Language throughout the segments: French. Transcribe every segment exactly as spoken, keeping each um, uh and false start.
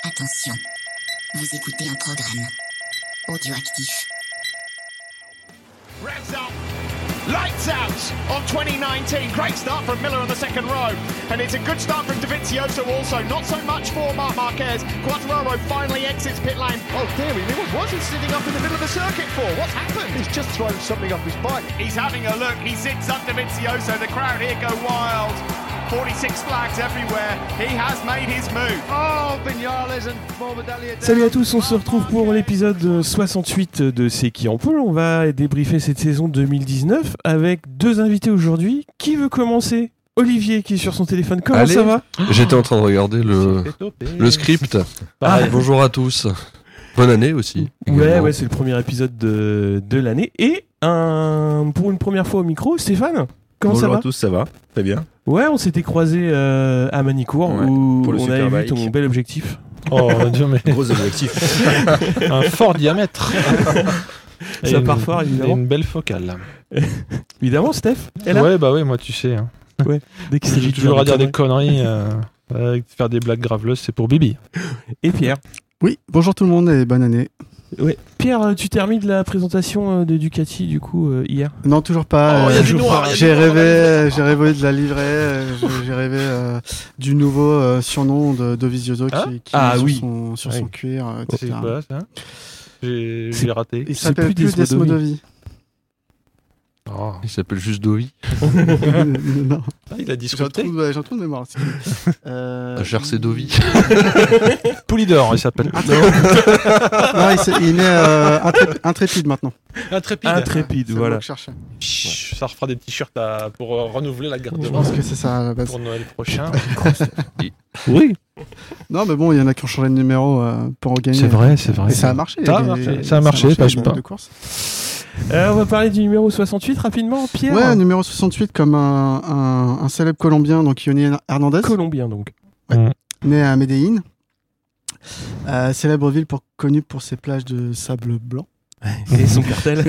Attention, vous écoutez un programme audioactif. Revs up, lights out on twenty nineteen. Great start from Miller on the second row, and it's a good start from Dovizioso also. Not so much for Marc Marquez. Quartararo finally exits pit lane. Oh dear me, what was he sitting up in the middle of the circuit for? What's happened? He's just thrown something off his bike. He's having a look. He sits up Dovizioso. The crowd here go wild. forty-six flags everywhere. He has made his move. Oh, Vignales and Morbidelli. Salut à tous, on se retrouve pour l'épisode soixante-huit de C'est qui en pôle. On va débriefer cette saison deux mille dix-neuf avec deux invités aujourd'hui. Qui veut commencer ? Olivier qui est sur son téléphone. Comment Allez, ça va ? J'étais en train de regarder le, le script. Ah. Bonjour à tous. Bonne année aussi. Ouais, également. ouais, c'est le premier épisode de, de l'année. Et un, pour une première fois au micro, Stéphane, comment Bonjour ça va ? à tous, ça va ? Très bien. Ouais, on s'était croisés euh, à Manicourt Ouais, où pour le on avait vu Superbike. ton bel objectif. Oh mon Dieu, mais Gros objectif. un fort diamètre. Et Ça une- part fort, évidemment. et une belle focale. Évidemment, Steph est là. Ouais, bah ouais, moi tu sais. Hein. Dès qu'il s'agit J'ai de toujours à dire des conneries. conneries, euh, euh, faire des blagues graveleuses, c'est pour Bibi. Et Pierre. Oui, bonjour tout le monde et bonne année. Ouais. Pierre, euh, tu termines la présentation euh, de Ducati du coup euh, hier. Non, toujours pas. Oh, euh, il y a du noir, il y a du j'ai noir dans rêvé, la euh, j'ai rêvé de la livrée, euh, j'ai- j'ai rêvé euh, du nouveau euh, surnom de Dovizioso qui, Ah qui Ah est sur oui. son, sur Ouais. son cuir, euh, C'est et cetera. quoi ça J'ai C'est- j'ai raté. Il C'est s'appelle plus plus Desmodovi. Desmodovi. Oh. Il s'appelle juste Dovi. Non, Ah, il a dit j'ai un trou, ouais, j'ai un trou de mémoire. c'est- Euh, Ta chère c'est Dovi. Poulidor, il s'appelle. non, il, s'est- il est euh, intrép- intrépide maintenant. Intrépide. Intrépide, C'est le voilà. mot que je cherchais. Chut, ça refera des t-shirts à- pour euh, renouveler la garde de Je pense que c'est ça à la base. pour Noël prochain. Oui. Non, mais bon, il y en a qui ont changé de numéro euh, pour en gagner. C'est vrai, c'est vrai. Et ça a marché. Ça a il y marché, ça a marché, il y pas- a pas- de courses. Euh, on va parler du numéro soixante-huit rapidement, Pierre. Ouais, numéro soixante-huit comme un, un, un célèbre Colombien, donc Yoni Hernandez, Colombien donc. né à Medellín. Euh, célèbre ville pour, connue pour ses plages de sable blanc. Et son cartel.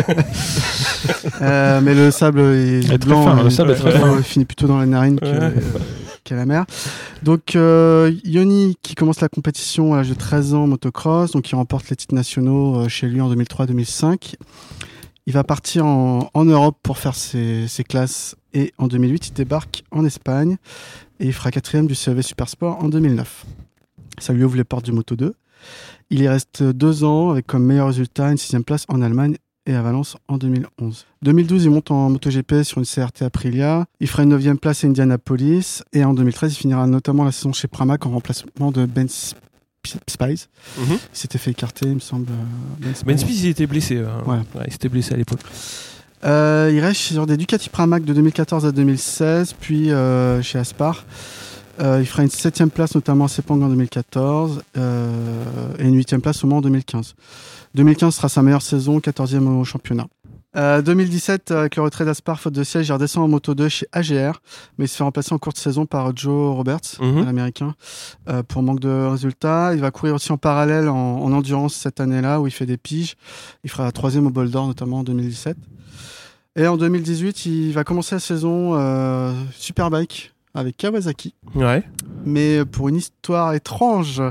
Euh, mais le sable est, est très blanc, fin, le euh, sable est très plutôt- fin. il finit plutôt dans les narines que, Ouais. euh, qu'à la mer. Donc euh, Yoni qui commence la compétition à l'âge de treize ans en motocross, donc il remporte les titres nationaux euh, chez lui en deux mille trois deux mille cinq. Il va partir en, en Europe pour faire ses, ses classes et en deux mille huit il débarque en Espagne et il fera quatrième du C E V Supersport en deux mille neuf. Ça lui ouvre les portes du Moto deux. Il y reste deux ans avec comme meilleur résultat une sixième place en Allemagne et à Valence en deux mille onze. deux mille douze, il monte en MotoGP sur une C R T Aprilia. Il fera une neuvième place à Indianapolis. Et en deux mille treize, il finira notamment la saison chez Pramac en remplacement de Ben Sp- Spies. Mhm. Il s'était fait écarter, il me semble. euh, Ben Spies. Ben Spies il était blessé. euh, Ouais. ouais, il s'était blessé à l'époque. Euh, il reste sur des Ducati Pramac de deux mille quatorze à deux mille seize, puis euh, chez Aspar. Euh, il fera une septième place notamment à Sepang en deux mille quatorze euh, et une huitième place au Mans en deux mille quinze. deux mille quinze sera sa meilleure saison, quatorzième au championnat. Euh, deux mille dix-sept, avec le retrait d'Aspar, faute de siège, il redescend en Moto deux chez A G R, mais il se fait remplacer en courte saison par Joe Roberts, Mhm. l'américain, euh, pour manque de résultats. Il va courir aussi en parallèle en, en endurance cette année-là, où il fait des piges. Il fera troisième au Bol d'Or, notamment en deux mille dix-sept. Et en deux mille dix-huit, il va commencer la saison euh, Superbike avec Kawasaki, Ouais. mais pour une histoire étrange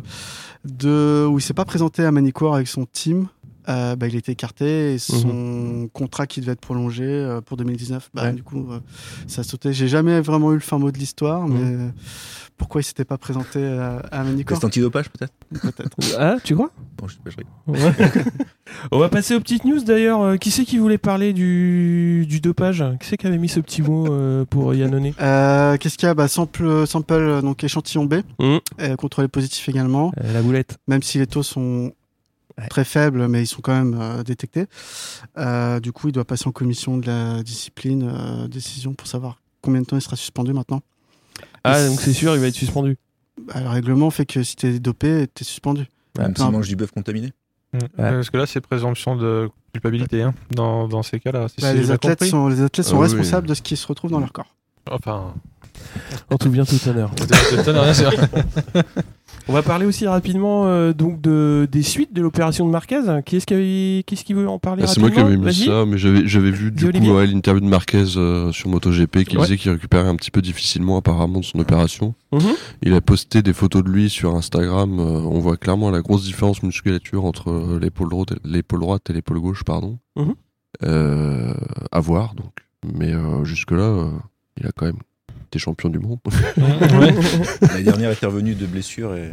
de où il s'est pas présenté à Manicourt avec son team. Euh, bah, il a été écarté et son contrat qui devait être prolongé euh, pour deux mille dix-neuf, bah, Ouais. du coup, euh, ça a sauté. J'ai jamais vraiment eu le fin mot de l'histoire, mais euh, pourquoi il s'était pas présenté à, à Manicourt Test antidopage peut-être peut-être. Ah, tu crois ? Bon, je sais pas, je rigole. Ouais. On va passer aux petites news d'ailleurs. Euh, Qui c'est qui voulait parler du, du dopage ? Qui c'est qui avait mis ce petit mot euh, pour Yannone ? Euh, Qu'est-ce qu'il y a bah, sample, sample, euh, donc échantillon B, Mmh. euh, contrôlé positif également, Euh, la boulette. même si les taux sont Ouais. très faibles, mais ils sont quand même euh, détectés. Euh, du coup, il doit passer en commission de la discipline, euh, décision pour savoir combien de temps il sera suspendu maintenant. Ah, Et donc c'est sûr, il va être suspendu. Bah, le règlement fait que si t'es dopé, t'es suspendu. Même s'il Non. mange du bœuf contaminé. Mm. Parce que là, c'est présomption de culpabilité hein, dans, dans ces cas-là. Si Bah, j'ai les, bien athlètes compris. sont, les athlètes sont Ah oui, responsables oui. de ce qui se retrouve dans leur corps. Enfin, En tout bien, tout honneur. c'est étonnant, bien sûr. On va parler aussi rapidement euh, donc de, des suites de l'opération de Marquez. Qui est-ce qui, qui, est-ce qui veut en parler Ah, c'est rapidement? moi qui avais mis Vas-y. ça, mais j'avais, j'avais vu du Dis, coup Olivier. ouais, l'interview de Marquez euh, sur MotoGP qui Ouais. disait qu'il récupérait un petit peu difficilement apparemment de son opération. Mhm. Il a posté des photos de lui sur Instagram. euh, on voit clairement la grosse différence musculature entre euh, l'épaule droite, l'épaule droite et l'épaule gauche, pardon. Mhm. Euh, à voir donc. Mais euh, jusque là, euh, il a quand même été champion du monde. Ouais. L'année dernière, il était revenu de blessure et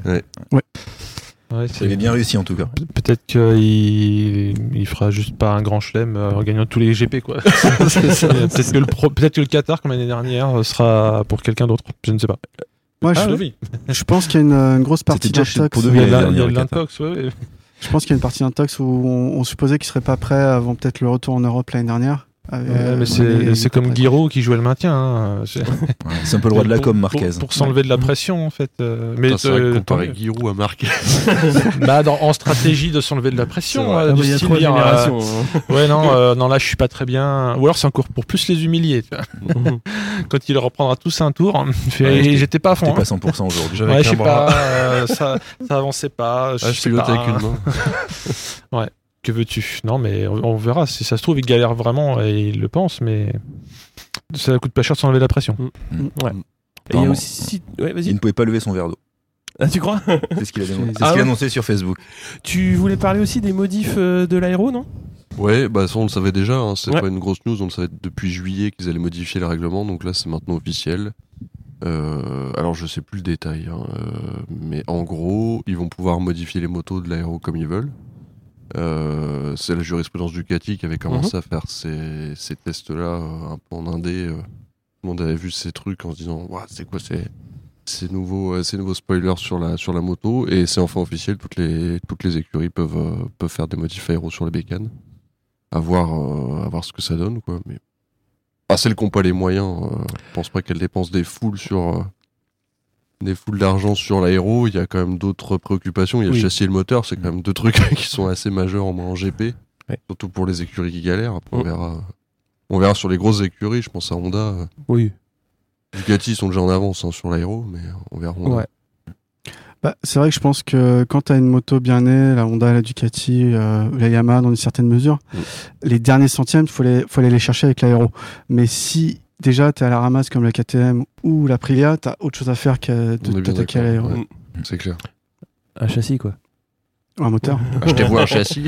Ouais, il c'est- avait bien réussi en tout cas. Pe- Peut-être qu'il il fera juste pas un grand chelem euh, en gagnant tous les G P quoi. C'est ça. Peut-être que le pro- peut-être que le Qatar comme l'année dernière euh, sera pour quelqu'un d'autre. Je ne sais pas. Moi, Ah, je, oui. je pense qu'il y a une, une grosse partie C'était déjà chez- d'intox. pour de Il y a vrai, de la- l'année il y a de dernière, le Qatar. l'intox, ouais, ouais. Je pense qu'il y a une partie d'intox où on, on supposait qu'il serait pas prêt avant peut-être le retour en Europe l'année dernière. Avec- Ouais, mais euh, c'est les- c'est comme les- Guiraud qui jouait le maintien. Hein. C'est Ouais, c'est un peu le roi de la pour- com, pour- Marquez. Pour, s'enlever de la pression en fait. euh, mais Putain, c'est vrai que euh, comparer tant mieux. Giroud à Marquez. Bah, dans- en stratégie de s'enlever de la C'est pression. vrai. euh, Ah, du bah, il y a style trois dire, euh, générations. hein. Ouais, non, euh, non, là, je suis pas très bien. Ou alors, c'est encore pour plus les humilier. Tu vois. Quand il reprendra tous un tour, il fait, Ouais, j'étais- j'étais pas à fond. T'es hein. pas cent pour cent aujourd'hui. J'avais Ouais, je qu'un sais bras. pas, euh, ça, ça avançait pas. Je Ah, je sais pilotais pas. avec une main. Que veux-tu? Non, mais on, on verra. Si ça se trouve, il galère vraiment et il le pense, mais ça coûte pas cher de s'enlever la pression. Ouais. Et il y a Apparemment. aussi. Ouais, Il vas-y. ne pouvait pas lever son verre d'eau. Ah, tu crois? C'est ce qu'il a, dénon- c'est ce Ah qu'il a ouais. annoncé sur Facebook. Tu voulais parler aussi des modifs euh, de l'aéro, non? Ouais, bah ça on le savait déjà, hein. C'est Ouais. pas une grosse news, on le savait depuis juillet qu'ils allaient modifier le règlement, donc là c'est maintenant officiel. Euh, alors je sais plus le détail, hein, euh, mais en gros, ils vont pouvoir modifier les motos de l'aéro comme ils veulent. Euh, c'est la jurisprudence Ducati qui avait commencé à faire ces, ces tests-là euh, un peu en indé. Euh. Tout le monde avait vu ces trucs en se disant, Ouah, c'est quoi ces, ces, nouveaux, euh, ces nouveaux spoilers sur la, sur la moto, et c'est enfin officiel, toutes les, toutes les écuries peuvent, euh, peuvent faire des modifs aéro sur les bécanes. À voir, euh, à voir ce que ça donne, quoi. Mais ah, celles qui n'ont pas les moyens, euh, je pense pas qu'elles dépensent des foules sur euh, des foules d'argent sur l'aéro. Il y a quand même d'autres préoccupations. Il y a Oui. le châssis et le moteur, c'est quand même deux trucs qui sont assez majeurs en, en G P, Ouais. surtout pour les écuries qui galèrent. Après, on Mm. verra, on verra sur les grosses écuries. Je pense à Honda, euh, Oui. Ducati ils sont déjà en avance hein, sur l'aéro, mais on verra. Honda. Ouais. Bah, c'est vrai que je pense que quand tu as une moto bien née, la Honda, la Ducati, euh, la Yamaha dans une certaine mesure, Mm. les derniers centièmes, il faut, les, faut aller les chercher avec l'aéro. Mais si déjà tu es à la ramasse comme la K T M ou la Aprilia, tu as autre chose à faire que On est de bien t'attaquer à d'accord, l'aéro. ouais. C'est clair. Un châssis, quoi. Un moteur. Achetez-vous un châssis.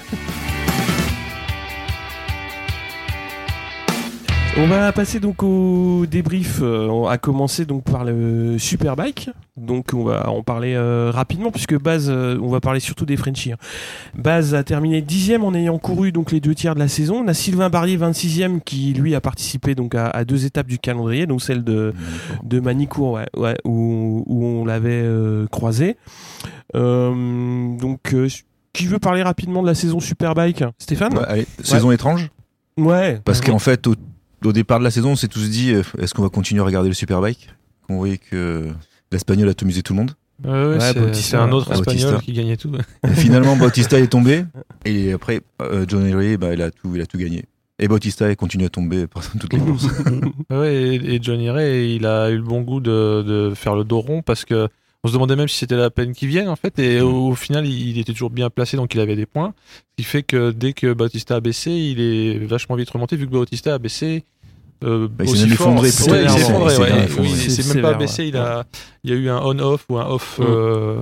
On va passer donc au débrief, euh, à commencer donc par le Superbike. Donc on va en parler euh, rapidement puisque Baz, euh, on va parler surtout des Frenchies. hein. Baz a terminé dixième en ayant couru donc les deux tiers de la saison. On a Sylvain Barrier vingt-sixième qui lui a participé donc à, à deux étapes du calendrier, donc celle de de Manicourt, ouais, ouais, où, où on l'avait euh, croisé. Euh, donc euh, qui veut parler rapidement de la saison Superbike? Stéphane? Ouais, allez, saison étrange. Ouais. Parce qu'en fait, au, au départ de la saison, on s'est tous dit, euh, est-ce qu'on va continuer à regarder le Superbike? On voyait que l'Espagnol a amusé tout le monde. Ouais, ouais, Ouais, c'est, Bautista, c'est un autre ouais. espagnol Bautista. qui gagnait tout. Et finalement, Bautista est tombé. Et après, euh, John Henry, bah, il, a tout, il a tout gagné. Et Bautista il continue à tomber par toutes les courses. Ouais, et, et Johnny Ray, il a eu le bon goût de, de faire le dos rond parce que on se demandait même si c'était la peine qu'il vienne en fait. Et au, au final, il, il était toujours bien placé, donc il avait des points. Ce qui fait que dès que Bautista a baissé, il est vachement vite remonté vu que Bautista a baissé. Euh, Bah, il s'est aussi même fort. effondré, Ouais, peut-être. il s'est Il s'est effondré, ouais. bien Oui, effondré. il C'est s'est même pas sévère, baissé. ouais. Il a, il y a eu un on-off ou un off. Mm. euh,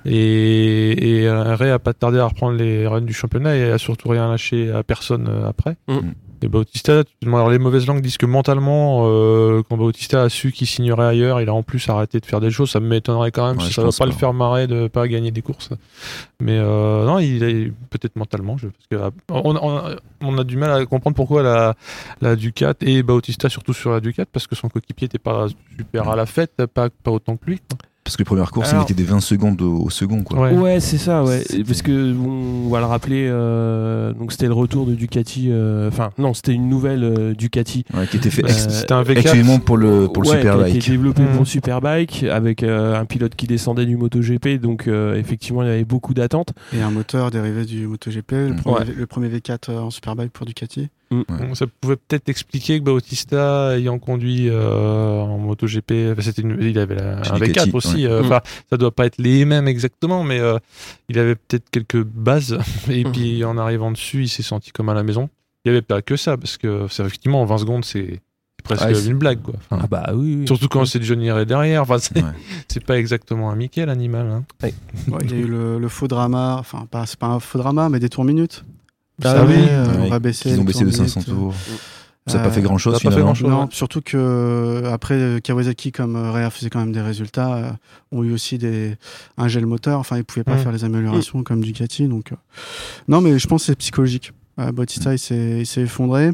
et, et euh, Ray a pas tardé à reprendre les runs du championnat et a surtout rien lâché à personne euh, après. Mm. Et Bautista, alors les mauvaises langues disent que mentalement, euh, quand Bautista a su qu'il signerait ailleurs, il a en plus arrêté de faire des choses. Ça m'étonnerait quand même, Ouais, si je ça va pense pas, le pas. faire marrer de pas gagner des courses. Mais euh, non, il est peut-être mentalement. Je, parce que, euh, on, on, on a du mal à comprendre pourquoi la, la Ducat et Bautista, surtout sur la Ducat, parce que son coéquipier était pas super à la fête, pas, pas autant que lui. quoi. Parce que les premières courses, Alors- il mettait des vingt secondes au, au second. Quoi. Ouais. Ouais, c'est ça, ouais. C'était- Parce que bon, on va le rappeler, euh, donc c'était le retour de Ducati. euh, Enfin, non, c'était une nouvelle euh, Ducati. Ouais, qui était fait Euh, ex- C'était un V quatre. exclusivement pour le, pour le Ouais, qui a été Superbike. développé Mm. pour le Superbike avec euh, un pilote qui descendait du MotoGP. Donc euh, effectivement, il y avait beaucoup d'attentes. Et un moteur dérivé du MotoGP, le Mm. premier, Ouais. le premier V quatre en Superbike pour Ducati. Mm. Bon, ça pouvait peut-être expliquer que Bautista, ayant conduit euh, en MotoGP, enfin, c'était une, il avait la, Chez un V quatre Ducati, aussi. ouais. euh, Mm. Enfin, ça doit pas être les mêmes exactement, mais euh, il avait peut-être quelques bases. Et Mm. puis en arrivant dessus, il s'est senti comme à la maison. Il n'y avait pas que ça, parce que c'est effectivement en vingt secondes, c'est presque Ah, c'est- une blague, quoi. Enfin, Ah bah oui. oui. surtout quand c'est Johnny Ray derrière. Enfin, c'est, Ouais. c'est pas exactement un Mickey l'animal. Hein. Ouais, il y a eu le, le faux drama, enfin, pas, c'est pas un faux drama, mais des tours minutes. Vous Ah savez, oui, euh, on Ouais, va baisser. Ils les ont baissé de tours cinq cents minutes. tours. Ça n'a pas Euh, fait grand chose ça a pas fait finalement. grand-chose. Non, Ouais. surtout que euh, après euh, Kawasaki, comme euh, Rea faisait quand même des résultats, euh, ont eu aussi des un gel moteur. Enfin, ils pouvaient pas Mm. faire les améliorations comme Ducati. Donc, euh, non, mais je pense que c'est psychologique. Euh, Bautista, il s'est, il s'est effondré.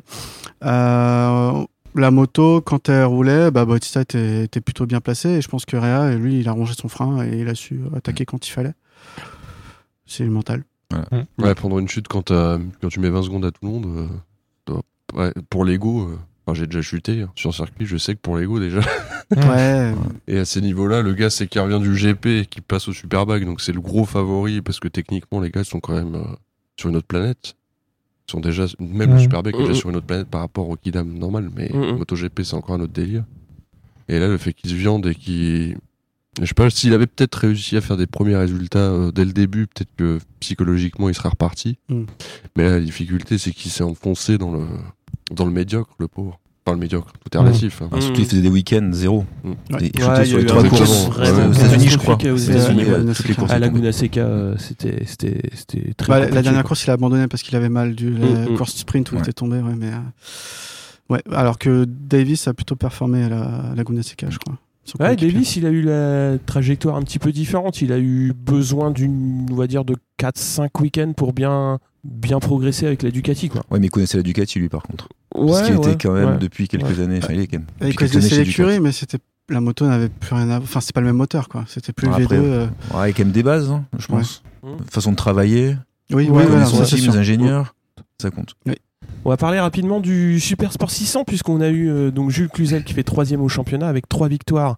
Euh, la moto, quand elle roulait, bah, Bautista était, était plutôt bien placé. Et je pense que Rea, lui, il a rongé son frein et il a su attaquer quand il fallait. C'est le mental. Ouais, prendre une chute quand, t'as- quand tu mets vingt secondes à tout le monde, euh, doit- ouais, pour l'ego, euh, enfin, j'ai déjà chuté hein, sur circuit, je sais que pour l'ego déjà. Ouais. Et à ces niveaux-là, le gars, c'est qu'il revient du G P et qu'il passe au Superbike, donc c'est le gros favori parce que techniquement, les gars ils sont quand même euh, sur une autre planète. Ils sont déjà, même le Mhm. Superbike est déjà Mhm. sur une autre planète par rapport au Kidam normal, mais Mhm. MotoGP c'est encore un autre délire. Et là, le fait qu'il se viande et qu'il. Je sais pas, s'il avait peut-être réussi à faire des premiers résultats euh, dès le début, peut-être que psychologiquement il serait reparti. Mm. Mais la difficulté, c'est qu'il s'est enfoncé dans le, dans le médiocre, le pauvre. Enfin, le médiocre, tout est Mm. relatif. hein. Enfin, surtout, il faisait des week-ends zéro. Mm. Et il Ouais, chutait il y sur a les eu trois un courses. course Ouais, vraiment aux États-Unis, je crois. compliqué aux Aux États-Unis, États-Unis, ouais. ouais, toutes les courses À étaient Laguna Seca, euh, c'était, c'était, c'était très Bah, la- compliqué, la dernière quoi. course, il a abandonné parce qu'il avait mal du la Mm, mm. course sprint où il Ouais. était tombé. Ouais, mais, euh, ouais, alors que Davis a plutôt performé à la à Laguna Seca, je crois. Son Ouais, coéquipier. Davis, il a eu la trajectoire un petit peu différente. Il a eu besoin d'une, on va dire, de quatre cinq week-ends pour bien, bien progresser avec la Ducati, quoi. Ouais, mais il connaissait la Ducati, lui, par contre. Ouais, Parce qu'il ouais, était quand même ouais. depuis quelques années. Enfin, il est quand même. Et il depuis quelques années connaissait chez l'écurie, Ducati. mais c'était la moto n'avait plus rien à. Enfin, c'est pas le même moteur, quoi. C'était plus Bon, V deux. après, euh. Ouais, il y a quand même des bases, hein, je pense. Ouais. Façon de travailler, Oui, oui, Ouais, voilà, connaissance ça, c'est aussi sûr. des ingénieurs, ça compte. On va parler rapidement du Super Sport six cents puisqu'on a eu euh, donc Jules Cluzel qui fait troisième au championnat avec trois victoires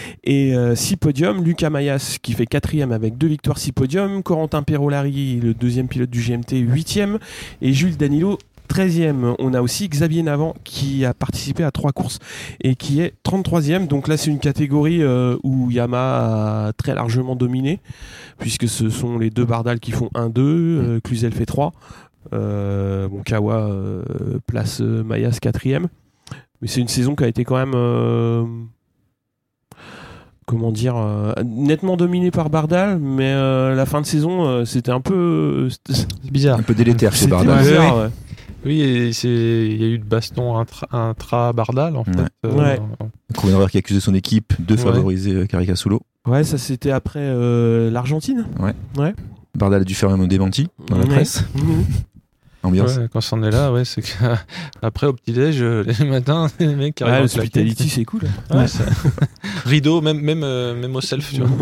et euh, six podiums. Lucas Mayas qui fait quatrième avec deux victoires, six podiums. Corentin Perolari, le deuxième pilote du G M T, huitième. Et Jules Danilo, treizième. On a aussi Xavier Navant qui a participé à trois courses et qui est trente-troisième. Donc là, c'est une catégorie euh, où Yamaha a très largement dominé puisque ce sont les deux Bardal qui font un deux, euh, Cluzel fait trois. Euh, bon, Kawa euh, place euh, Mayas quatrième. Mais c'est une saison qui a été quand même... euh, comment dire, euh, nettement dominée par Bardal, mais euh, la fin de saison, euh, c'était un peu... euh, c'était- C'est bizarre. Un peu délétère, c'est c'était Bardal. bizarre, ouais. Oui, et c'est, il y a eu de baston intra, intra-Bardal, en fait. Ouais. Euh, Ouais. Krumenacher qui accusait son équipe de Ouais. favoriser euh, Caricasulo. Ouais, ça c'était après euh, l'Argentine. Bardal a dû faire un démenti dans la Ouais. presse. Mhm. Ambiance. Ouais, quand c'en est là, ouais, c'est qu'après au petit-déj, euh, les matins, les mecs qui Ouais, arrivent en claquette. l'hospitality, c'est cool. Ouais, ça- Rideau, même, même, euh, même au self, tu vois.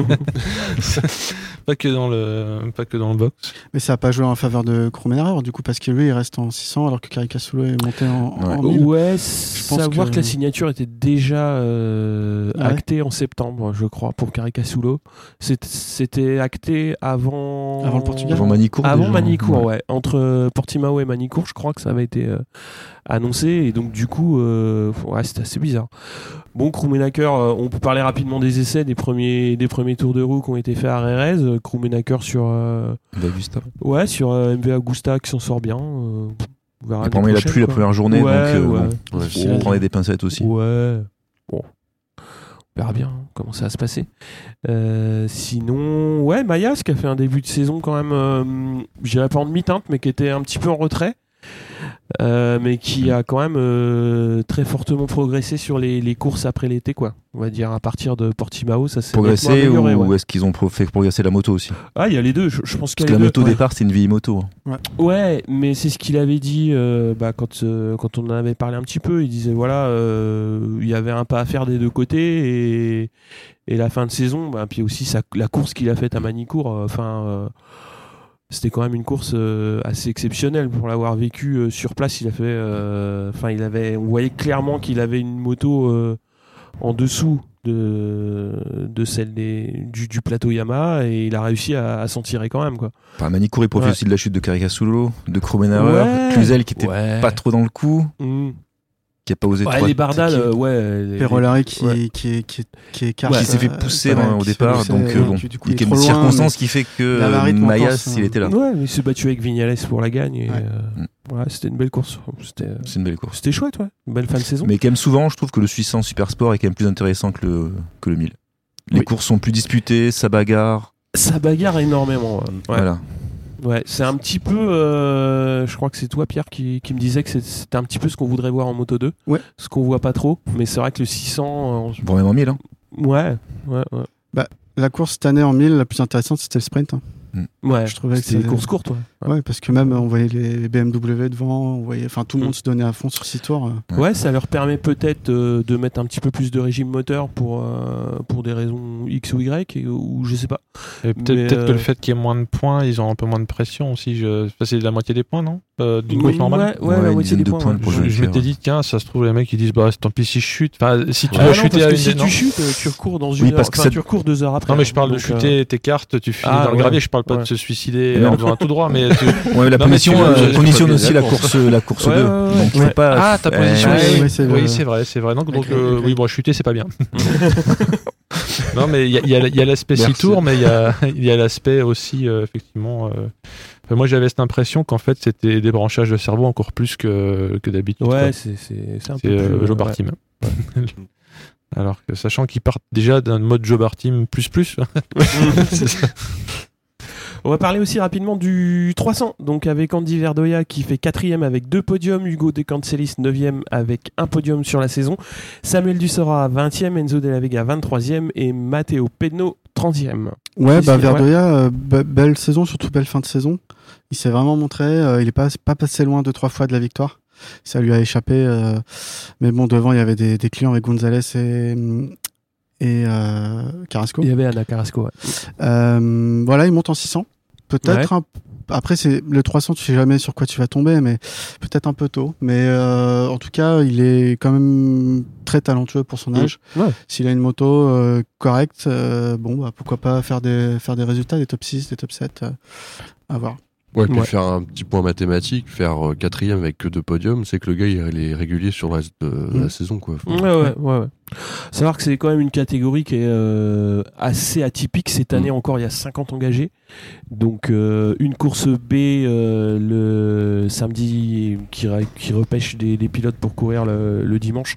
pas, que dans le, pas que dans le box. Mais ça n'a pas joué en faveur de Krummenacher, du coup, parce que lui, il reste en six cents alors que Caricasulo est monté en, Ouais. en mille. Ouais, pense savoir que... que la signature était déjà euh, Ah ouais actée en septembre, je crois, pour Caricasulo. C'est- C'était acté avant... Avant le Portugal. Avant Manicourt. Avant déjà. Manicourt, ouais. Entre Portimao et Manicourt, je crois que ça avait été euh, annoncé. Et donc, du coup, euh, ouais, c'était assez bizarre. Bon, Krummenacher, euh, on peut parler rapidement des essais, des premiers, des premiers tours de roue qui ont été faits à Rérez. Euh, Krummenacher sur, euh, D'Augusta. ouais, sur euh, M V Agusta qui s'en sort bien. Euh, on verra Apparemment, il a l'année plu la prochaine, première journée, Ouais, donc euh, ouais. bon, Ouais, faut prendre des pincettes aussi. Ouais. Bon. On verra bien hein, comment ça va se passer. Euh, sinon, ouais, Mayas qui a fait un début de saison quand même, euh, je dirais pas en demi-teinte, mais qui était un petit peu en retrait. Euh, mais qui a quand même euh, très fortement progressé sur les, les courses après l'été, quoi. On va dire à partir de Portimao, ça s'est nettement Progresser amélioré, ou ouais. est-ce qu'ils ont pro- fait progresser la moto aussi? Ah, il y a les deux. Je, je pense qu'il Parce y a que la les moto deux. au Ouais. départ, c'est une vieille moto. hein. Ouais, mais c'est ce qu'il avait dit euh, bah, quand, euh, quand on en avait parlé un petit peu. Il disait voilà, euh, il y avait un pas à faire des deux côtés et, et la fin de saison, bah, puis aussi sa, la course qu'il a faite à Manicourt, enfin, euh, c'était quand même une course euh, assez exceptionnelle pour l'avoir vécu euh, sur place. Il a fait, enfin, il avait, on voyait clairement qu'il avait une moto euh, en dessous de, de celle des, du, du plateau Yamaha et il a réussi à, à s'en tirer quand même, quoi. Enfin, Manicourt, il profite Ouais. aussi de la chute de Caricasulo, de Krumenauer, Ouais. Cluzel qui était Ouais. pas trop dans le coup, Mmh. qui a pas osé Ouais, trop les Bardal, attaquer. euh, ouais. les- Perolari qui, ouais. qui, est- qui, est- qui écarte. qui s'est fait euh, pousser ouais, dans- au qui s'est départ, poussé, donc euh, euh, bon, qui, du coup, il y est a une trop loin, circonstance mais qui fait il avait un que rythme Mayas, intense, il hein. était là. Ouais, mais il s'est battu avec Vignales pour la gagne. Et, Ouais. euh, ouais, c'était une belle course. C'était, C'est une belle course. c'était chouette, ouais. Une belle fin de saison. Mais quand même souvent, je trouve que le Suisse cent Super Sport est quand même plus intéressant que le, que le mille. Les Oui. courses sont plus disputées, ça bagarre. Ça bagarre énormément. Ouais. Ouais. Voilà. Ouais, c'est un petit peu. euh, je crois que c'est toi, Pierre, qui, qui me disait que c'est- c'était un petit peu ce qu'on voudrait voir en Moto deux. Ouais. Ce qu'on voit pas trop. Mais c'est vrai que le six cents. euh, Bon, même en mille. Hein. ouais, ouais, ouais. La course cette année en mille, la plus intéressante, c'était le sprint. hein. Ouais, Je trouvais que c'était des c'est- courses courtes, ouais. Ouais. Ouais, parce que même on voyait les B M W devant, on voyait, enfin tout le Mm. monde se donnait à fond sur six tours. euh. Ouais. Ouais, ça leur permet peut-être euh, de mettre un petit peu plus de régime moteur pour, euh, pour des raisons X ou Y, et- ou je sais pas. Et peut-être Mais, peut-être que euh, le fait qu'il y ait moins de points, ils ont un peu moins de pression aussi. Je... Enfin, c'est la moitié des points, non euh, D'une course Ouais, normale ouais, Ouais, la une moitié des dizaine de points. points ouais. pour Je, le je faire. m'étais dit, tiens, ça se trouve, les mecs ils disent, bah tant pis si je chute. Enfin, si tu Ah dois non, chuter parce à que une si non. tu chutes, euh, tu recours dans une Oui, heure. parce que Enfin, ça- tu recours deux heures après. Non, mais je parle de Donc, euh, chuter, t'écartes, tu finis ah, dans le ouais. gravier. Je parle pas Ouais. de se suicider Mais en non. faisant un tout droit, mais tu... Ouais, la Non, mais position tu- euh, je- je- conditionne je- aussi je- la je- course, la course Ouais, deux. ouais, ouais. Donc, il Ouais. faut pas. Ah, ta position, Ouais, oui, ouais, c'est oui, le- c'est vrai, c'est vrai. Donc, donc Avec le- euh, avec oui, le- bon, chuter, c'est pas bien. Non, mais il y a, il y a- il y a l'aspect six Merci. tours, mais il y a, il y a l'aspect aussi, euh, effectivement. euh, enfin, moi, j'avais cette impression qu'en fait, c'était des branchages de cerveau encore plus que, que d'habitude. Ouais, quoi. c'est, c'est, c'est un C'est peu euh, plus, Joe ouais. Bartim. Alors que sachant qu'ils partent déjà d'un mode Joe Bartim plus plus. C'est ça. On va parler aussi rapidement du trois cents, donc avec Andy Verdoya qui fait quatrième avec deux podiums, Hugo De Cancelis neuvième avec un podium sur la saison, Samuel Dussora vingtième, Enzo De La Vega vingt-troisième et Matteo Penno trentième. Ouais, bah Ouais. Verdoya, euh, be- belle saison, surtout belle fin de saison. Il s'est vraiment montré, euh, il est pas, pas passé loin deux, trois fois de la victoire. Ça lui a échappé. euh, mais bon, devant, il y avait des, des clients avec Gonzalez et, et euh, Carrasco. Il y avait Anna Carrasco. Ouais. Euh, voilà, il monte en six cents. Peut-être un... Après, c'est le trois cents, tu sais jamais sur quoi tu vas tomber, mais peut-être un peu tôt. Mais euh, en tout cas, il est quand même très talentueux pour son âge. Ouais. S'il a une moto euh, correcte, euh, bon, bah, pourquoi pas faire des, faire des résultats, des top six, des top sept, euh, à voir. Ouais, puis Ouais. faire un petit point mathématique, faire euh, quatrième avec que deux podiums, c'est que le gars il est régulier sur le reste de, de Mm. la saison, quoi. Faut- Ouais, ouais, ouais, ouais. Savoir que c'est quand même une catégorie qui est euh, assez atypique. Cette année Mm. encore, il y a cinquante engagés. Donc, euh, une course B euh, le samedi qui, ra- qui repêche des, des pilotes pour courir le, le dimanche.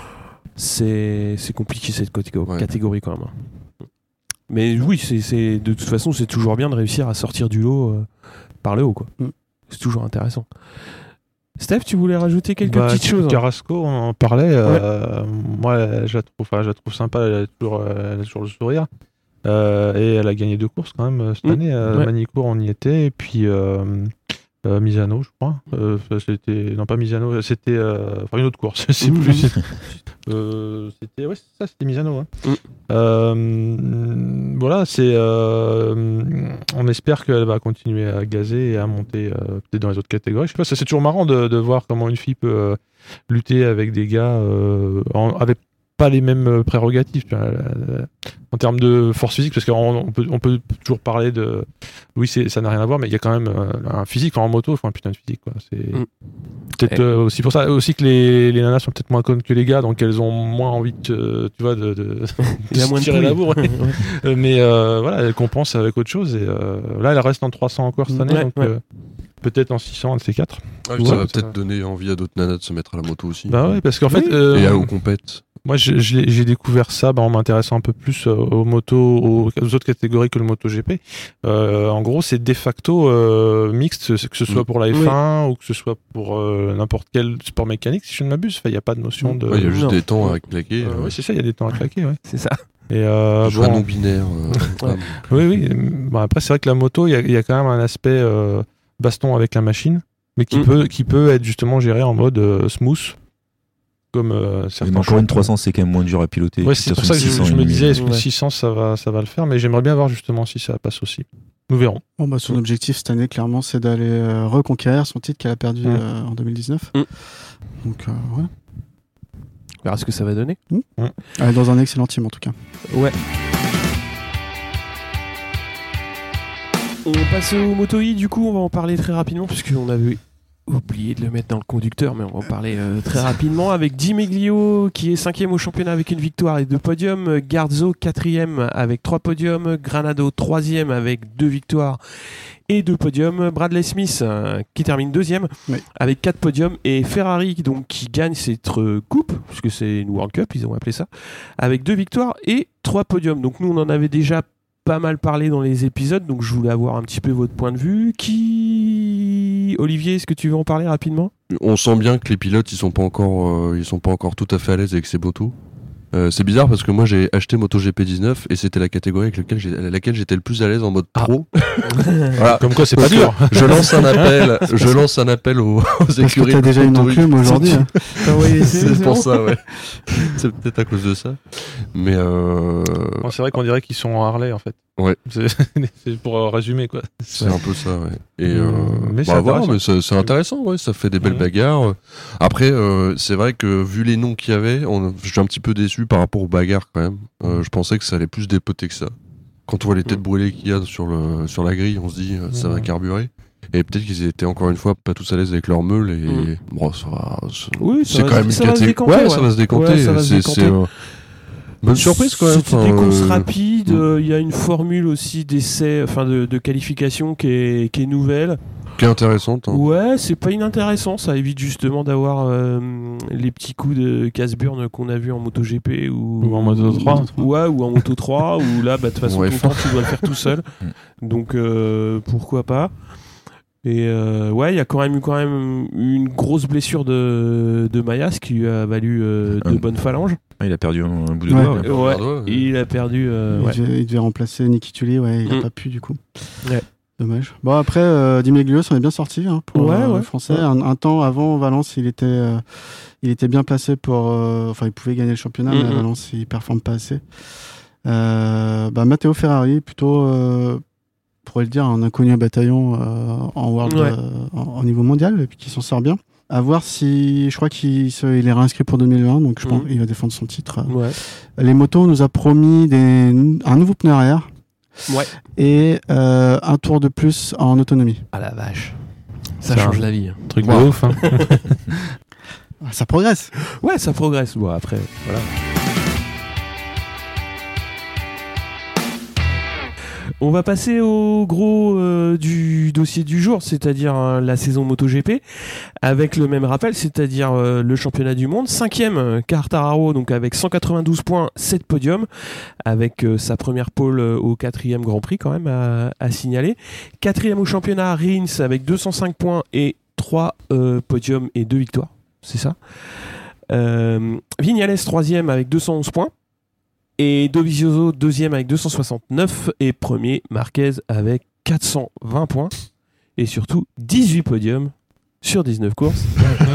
C'est, c'est compliqué cette catégorie, Ouais. catégorie quand même. Mais oui, c'est, c'est, de toute façon, c'est toujours bien de réussir à sortir du lot euh, par le haut, quoi. Mm. C'est toujours intéressant. Steph, tu voulais rajouter quelques Bah, petites choses? Carrasco, on en parlait. euh, moi, je la trouve, enfin, je la trouve sympa. Elle a toujours, euh, elle a toujours le sourire. Euh, et elle a gagné deux courses quand même euh, cette Mmh, année. Euh, ouais. Manicourt, on y était. Et puis euh, euh, Misano, je crois. Euh, ça, c'était non pas Misano, c'était euh, enfin une autre course. Je sais Mmh. plus. Euh, c'était ouais, c'est ça, c'était Misano. Hein. Mmh. Euh, voilà, c'est. euh, on espère qu'elle va continuer à gazer et à monter euh, peut-être dans les autres catégories. Je sais pas, ça, c'est toujours marrant de, de voir comment une fille peut euh, lutter avec des gars euh, en, avec pas les mêmes euh, prérogatives tu vois, la- la- en termes de force physique, parce qu'on on peut, on peut toujours parler de. Oui, c'est, ça n'a rien à voir, mais il y a quand même euh, un physique. Enfin, en moto, il faut un putain de physique. Quoi. C'est Mm. peut-être Et- euh, aussi pour ça aussi que les, les nanas sont peut-être moins connes que les gars, donc elles ont moins envie de, tu vois, de, de, Il y a se moins de tirer pouilles. la bourre. Ouais. Euh, mais euh, voilà, elle compense avec autre chose. Et euh, là, elle reste en trois cents encore cette année, Ouais, donc ouais. euh, peut-être en six cents, un de ces quatre. Ah, Ouais, ça va ça peut-être va. donner envie à d'autres nanas de se mettre à la moto aussi. Bah ouais, parce qu'en fait, Oui. euh, Et à aux compètes. moi, je- je l'ai- j'ai découvert ça bah, en m'intéressant un peu plus euh, aux motos, aux, aux autres catégories que le MotoGP. Euh, en gros, c'est de facto euh, mixte, que ce soit pour la F un ou que ce soit pour euh, n'importe quel sport mécanique, si je ne m'abuse. Enfin, il n'y a pas de notion de. Ouais, il y a juste non. des temps à claquer. Euh, euh, ouais, c'est ça, il y a des temps à claquer. Ouais. C'est ça. Et euh, soit bon, non binaire. euh, Ouais. oui, oui. Bon, après, c'est vrai que la moto, il y a, il y a quand même un aspect euh, baston avec la machine, mais qui Mm. peut, qui peut être justement géré en mode euh, smooth, comme euh, Mais certains. encore une champions. trois cents, c'est quand même moins dur à piloter. Ouais, que c'est pour sur ça une que je, six cents je et me une disais, est-ce que Ouais. six cents, ça va, ça va le faire, mais j'aimerais bien voir justement si ça passe aussi. Nous verrons. Bon, bah, son objectif cette année, clairement, c'est d'aller euh, reconquérir son titre qu'elle a perdu Mm. euh, en deux mille dix-neuf. Mm. Donc, euh, voilà. On verra ce que ça va donner. Mmh. Mmh. Ouais, dans un excellent team en tout cas. Ouais. On passe au Moto E, du coup, on va en parler très rapidement, puisqu'on avait oublié de le mettre dans le conducteur, mais on va en parler euh, très rapidement, avec Di Meglio qui est cinquième au championnat avec une victoire et deux podiums, Garzo quatrième avec trois podiums, Granado troisième avec deux victoires et deux podiums, Bradley Smith euh, qui termine deuxième oui. avec quatre podiums, et Ferrari donc, qui gagne cette euh, coupe, puisque c'est une World Cup, ils ont appelé ça, avec deux victoires et trois podiums. Donc nous on en avait déjà pas mal parlé dans les épisodes, donc je voulais avoir un petit peu votre point de vue. Qui Olivier, est-ce que tu veux en parler rapidement ? On sent bien que les pilotes ils sont pas encore euh, ils sont pas encore tout à fait à l'aise avec ces motos. Euh, c'est bizarre parce que moi j'ai acheté MotoGP dix-neuf et c'était la catégorie avec laquelle, j'ai, laquelle j'étais le plus à l'aise en mode ah. pro. Voilà. Comme quoi c'est pas dur. Je lance un appel, je lance un appel aux, aux parce écuries. Que t'as déjà une enclume aujourd'hui. Hein. Oui, c'est, c'est pour ça, ouais. C'est peut-être à cause de ça. Mais euh... bon, c'est vrai qu'on dirait qu'ils sont en Harley en fait. Ouais. C'est, c'est pour euh, résumer quoi. C'est un peu ça, ouais. Et euh, mais bah, c'est, voilà, mais c'est, c'est intéressant, ouais. Ça fait des belles mmh. bagarres. Après, euh, c'est vrai que vu les noms qu'il y avait, on, je suis un petit peu déçu par rapport aux bagarres quand même. Euh, je pensais que ça allait plus dépoter que ça. Quand on voit les têtes mmh. brûlées qu'il y a sur le sur la grille, on se dit ça mmh. va carburer. Et peut-être qu'ils étaient encore une fois pas tous à l'aise avec leur meule et mmh. bon, ça va. C'est, oui, c'est va, quand même une catégorie. Ouais, ouais, ça va se décanter. Ouais, ça va c'est, se décanter. c'est euh, bonne surprise quand même. C'était enfin, des courses euh... rapides. Il euh, y a une formule aussi d'essai, enfin de, de qualification qui est, qui est nouvelle. Qui est intéressante. Hein. Ouais, c'est pas inintéressant. Ça évite justement d'avoir euh, les petits coups de casse-burn qu'on a vu en MotoGP ou, ou en Moto trois. Ou, ouais, ou en Moto trois, où là, bah, de toute façon, ouais, tout le temps, tu dois le faire tout seul. Donc, euh, pourquoi pas. Et euh, ouais, il y a quand même eu quand même une grosse blessure de, de Mayas qui lui a valu euh, de bonnes phalanges. Ah, il a perdu un bout de ouais, doigt. Ouais, ouais, ouais, ouais. Il a perdu. Euh, il, ouais. devait, il devait remplacer Niki Tully, ouais, il n'a mm. pas pu du coup. Ouais. Dommage. Bon, après, euh, Di Meglio s'en est bien sorti hein, pour ouais, euh, ouais, le français. Ouais. Un, un temps avant Valence, il était, euh, il était bien placé pour. Euh, enfin, il pouvait gagner le championnat, mm-hmm. mais à Valence, il ne performe pas assez. Euh, bah, Matteo Ferrari, plutôt. Euh, on pourrait le dire, un inconnu à bataillon euh, en world, ouais. euh, en, en niveau mondial, et puis qui s'en sort bien. À voir si, je crois qu'il se, il est réinscrit pour deux mille vingt, donc je pense mmh. qu'il va défendre son titre. Ouais. Les motos, on nous a promis des, un nouveau pneu arrière ouais. et euh, un tour de plus en autonomie. Ah la vache, ça, ça change la vie. Un truc wow. de ouf. Hein. Ça progresse. Ouais, ça progresse. Bon, après, voilà. On va passer au gros euh, du dossier du jour, c'est-à-dire euh, la saison MotoGP, avec le même rappel, c'est-à-dire euh, le championnat du monde. Cinquième, euh, Quartararo, donc avec cent quatre-vingt-douze points, sept podiums, avec euh, sa première pole euh, au quatrième Grand Prix quand même à, à signaler. Quatrième au championnat, Rins avec deux cent cinq points et trois euh, podiums et deux victoires, c'est ça. Euh, Viñales troisième avec deux cent onze points. Et Dovizioso deuxième avec deux cent soixante-neuf et premier Marquez avec quatre cent vingt points et surtout dix-huit podiums sur dix-neuf courses.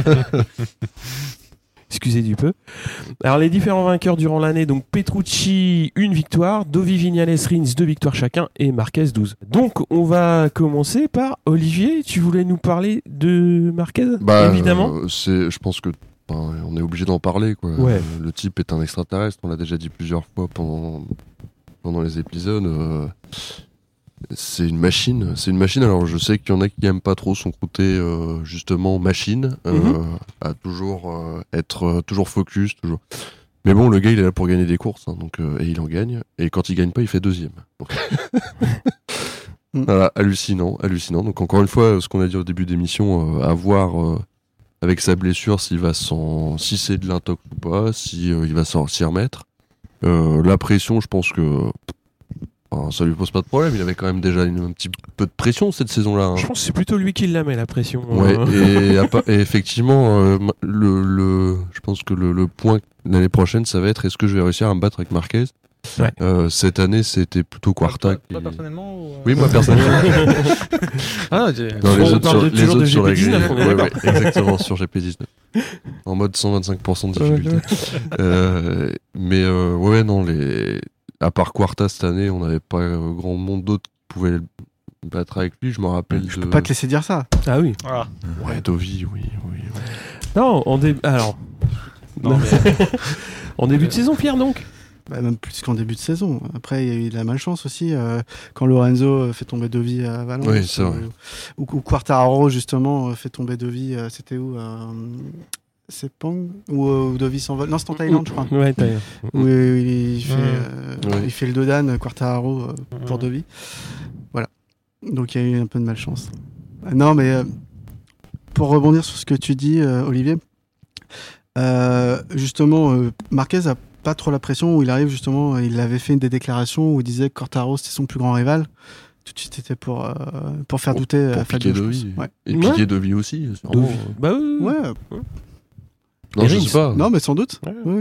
Excusez du peu. Alors les différents vainqueurs durant l'année, donc Petrucci une victoire, Dovi, Viñales, Rins deux victoires chacun et Marquez douze. Donc on va commencer par Olivier, tu voulais nous parler de Marquez bah, évidemment. Euh, c'est, je pense que Enfin, on est obligé d'en parler, quoi. Ouais. Le type est un extraterrestre, on l'a déjà dit plusieurs fois pendant, pendant les épisodes. Euh, c'est une machine, c'est une machine. Alors je sais qu'il y en a qui aiment pas trop son côté euh, justement machine, euh, mm-hmm. à toujours euh, être euh, toujours focus, toujours. Mais bon, le gars il est là pour gagner des courses, hein, donc euh, et il en gagne. Et quand il gagne pas, il fait deuxième. Donc... voilà, hallucinant, hallucinant. Donc encore une fois, ce qu'on a dit au début d'émission, euh, à voir. Euh, avec sa blessure, s'il va s'en, si c'est de l'intox ou pas, si euh, il va s'en s'y remettre. Euh, la pression, je pense que enfin, ça lui pose pas de problème. Il avait quand même déjà une, un petit peu de pression cette saison-là. Hein. Je pense que c'est plutôt lui qui la met la pression. Ouais. Et, et effectivement, euh, le, le, je pense que le, le point l'année prochaine, ça va être est-ce que je vais réussir à me battre avec Marquez. Ouais. Euh, cette année, c'était plutôt Quarta. Toi, toi personnellement ou euh... Oui, moi personnellement. ah, j'ai... Non, les autres sur, de, les autres sur la grille. Ouais, ouais, exactement, sur G P dix-neuf. En mode cent vingt-cinq pour cent de difficulté. euh, mais euh, ouais, non, les... à part Quarta cette année, on n'avait pas euh, grand monde d'autres qui pouvaient battre avec lui. Je me rappelle. Je de... peux pas te laisser dire ça. Ah oui. Ah. Ouais, Dovi, oui, oui. oui. Non, on dé... alors. Non, mais... En début de saison, Pierre, donc Bah, même plus qu'en début de saison. Après, il y a eu de la malchance aussi. Euh, quand Lorenzo fait tomber Dovi à Valence. Oui, c'est vrai. Ou, ou Quartararo, justement, fait tomber Dovi. Euh, c'était où euh, C'est Pang Ou, euh, ou Dovi s'envole Non, c'est en Thaïlande, je crois. Ouais, Thaïlande. Où il, fait, Mmh. euh, Ouais. il fait le dodan, Quartararo, euh, pour Mmh. Dovi. Voilà. Donc, il y a eu un peu de malchance. Euh, non, mais euh, pour rebondir sur ce que tu dis, euh, Olivier, euh, justement, euh, Marquez a pas trop la pression où il arrive justement, il avait fait une des déclarations où il disait que Quartaro c'était son plus grand rival. Tout de suite c'était pour euh, pour faire Pour- douter euh, Pour Fabio, piquer je de pense. vie. Ouais. Et Ouais. piquer de vie aussi, sûrement. Dovi. Bah oui. oui. Ouais. Non, Et je Rins. sais pas. Non mais sans doute. Ouais. Oui, oui.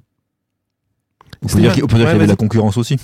On peut dire qu'il on peut dire Ouais, qu'il y avait de la vas-y. concurrence aussi.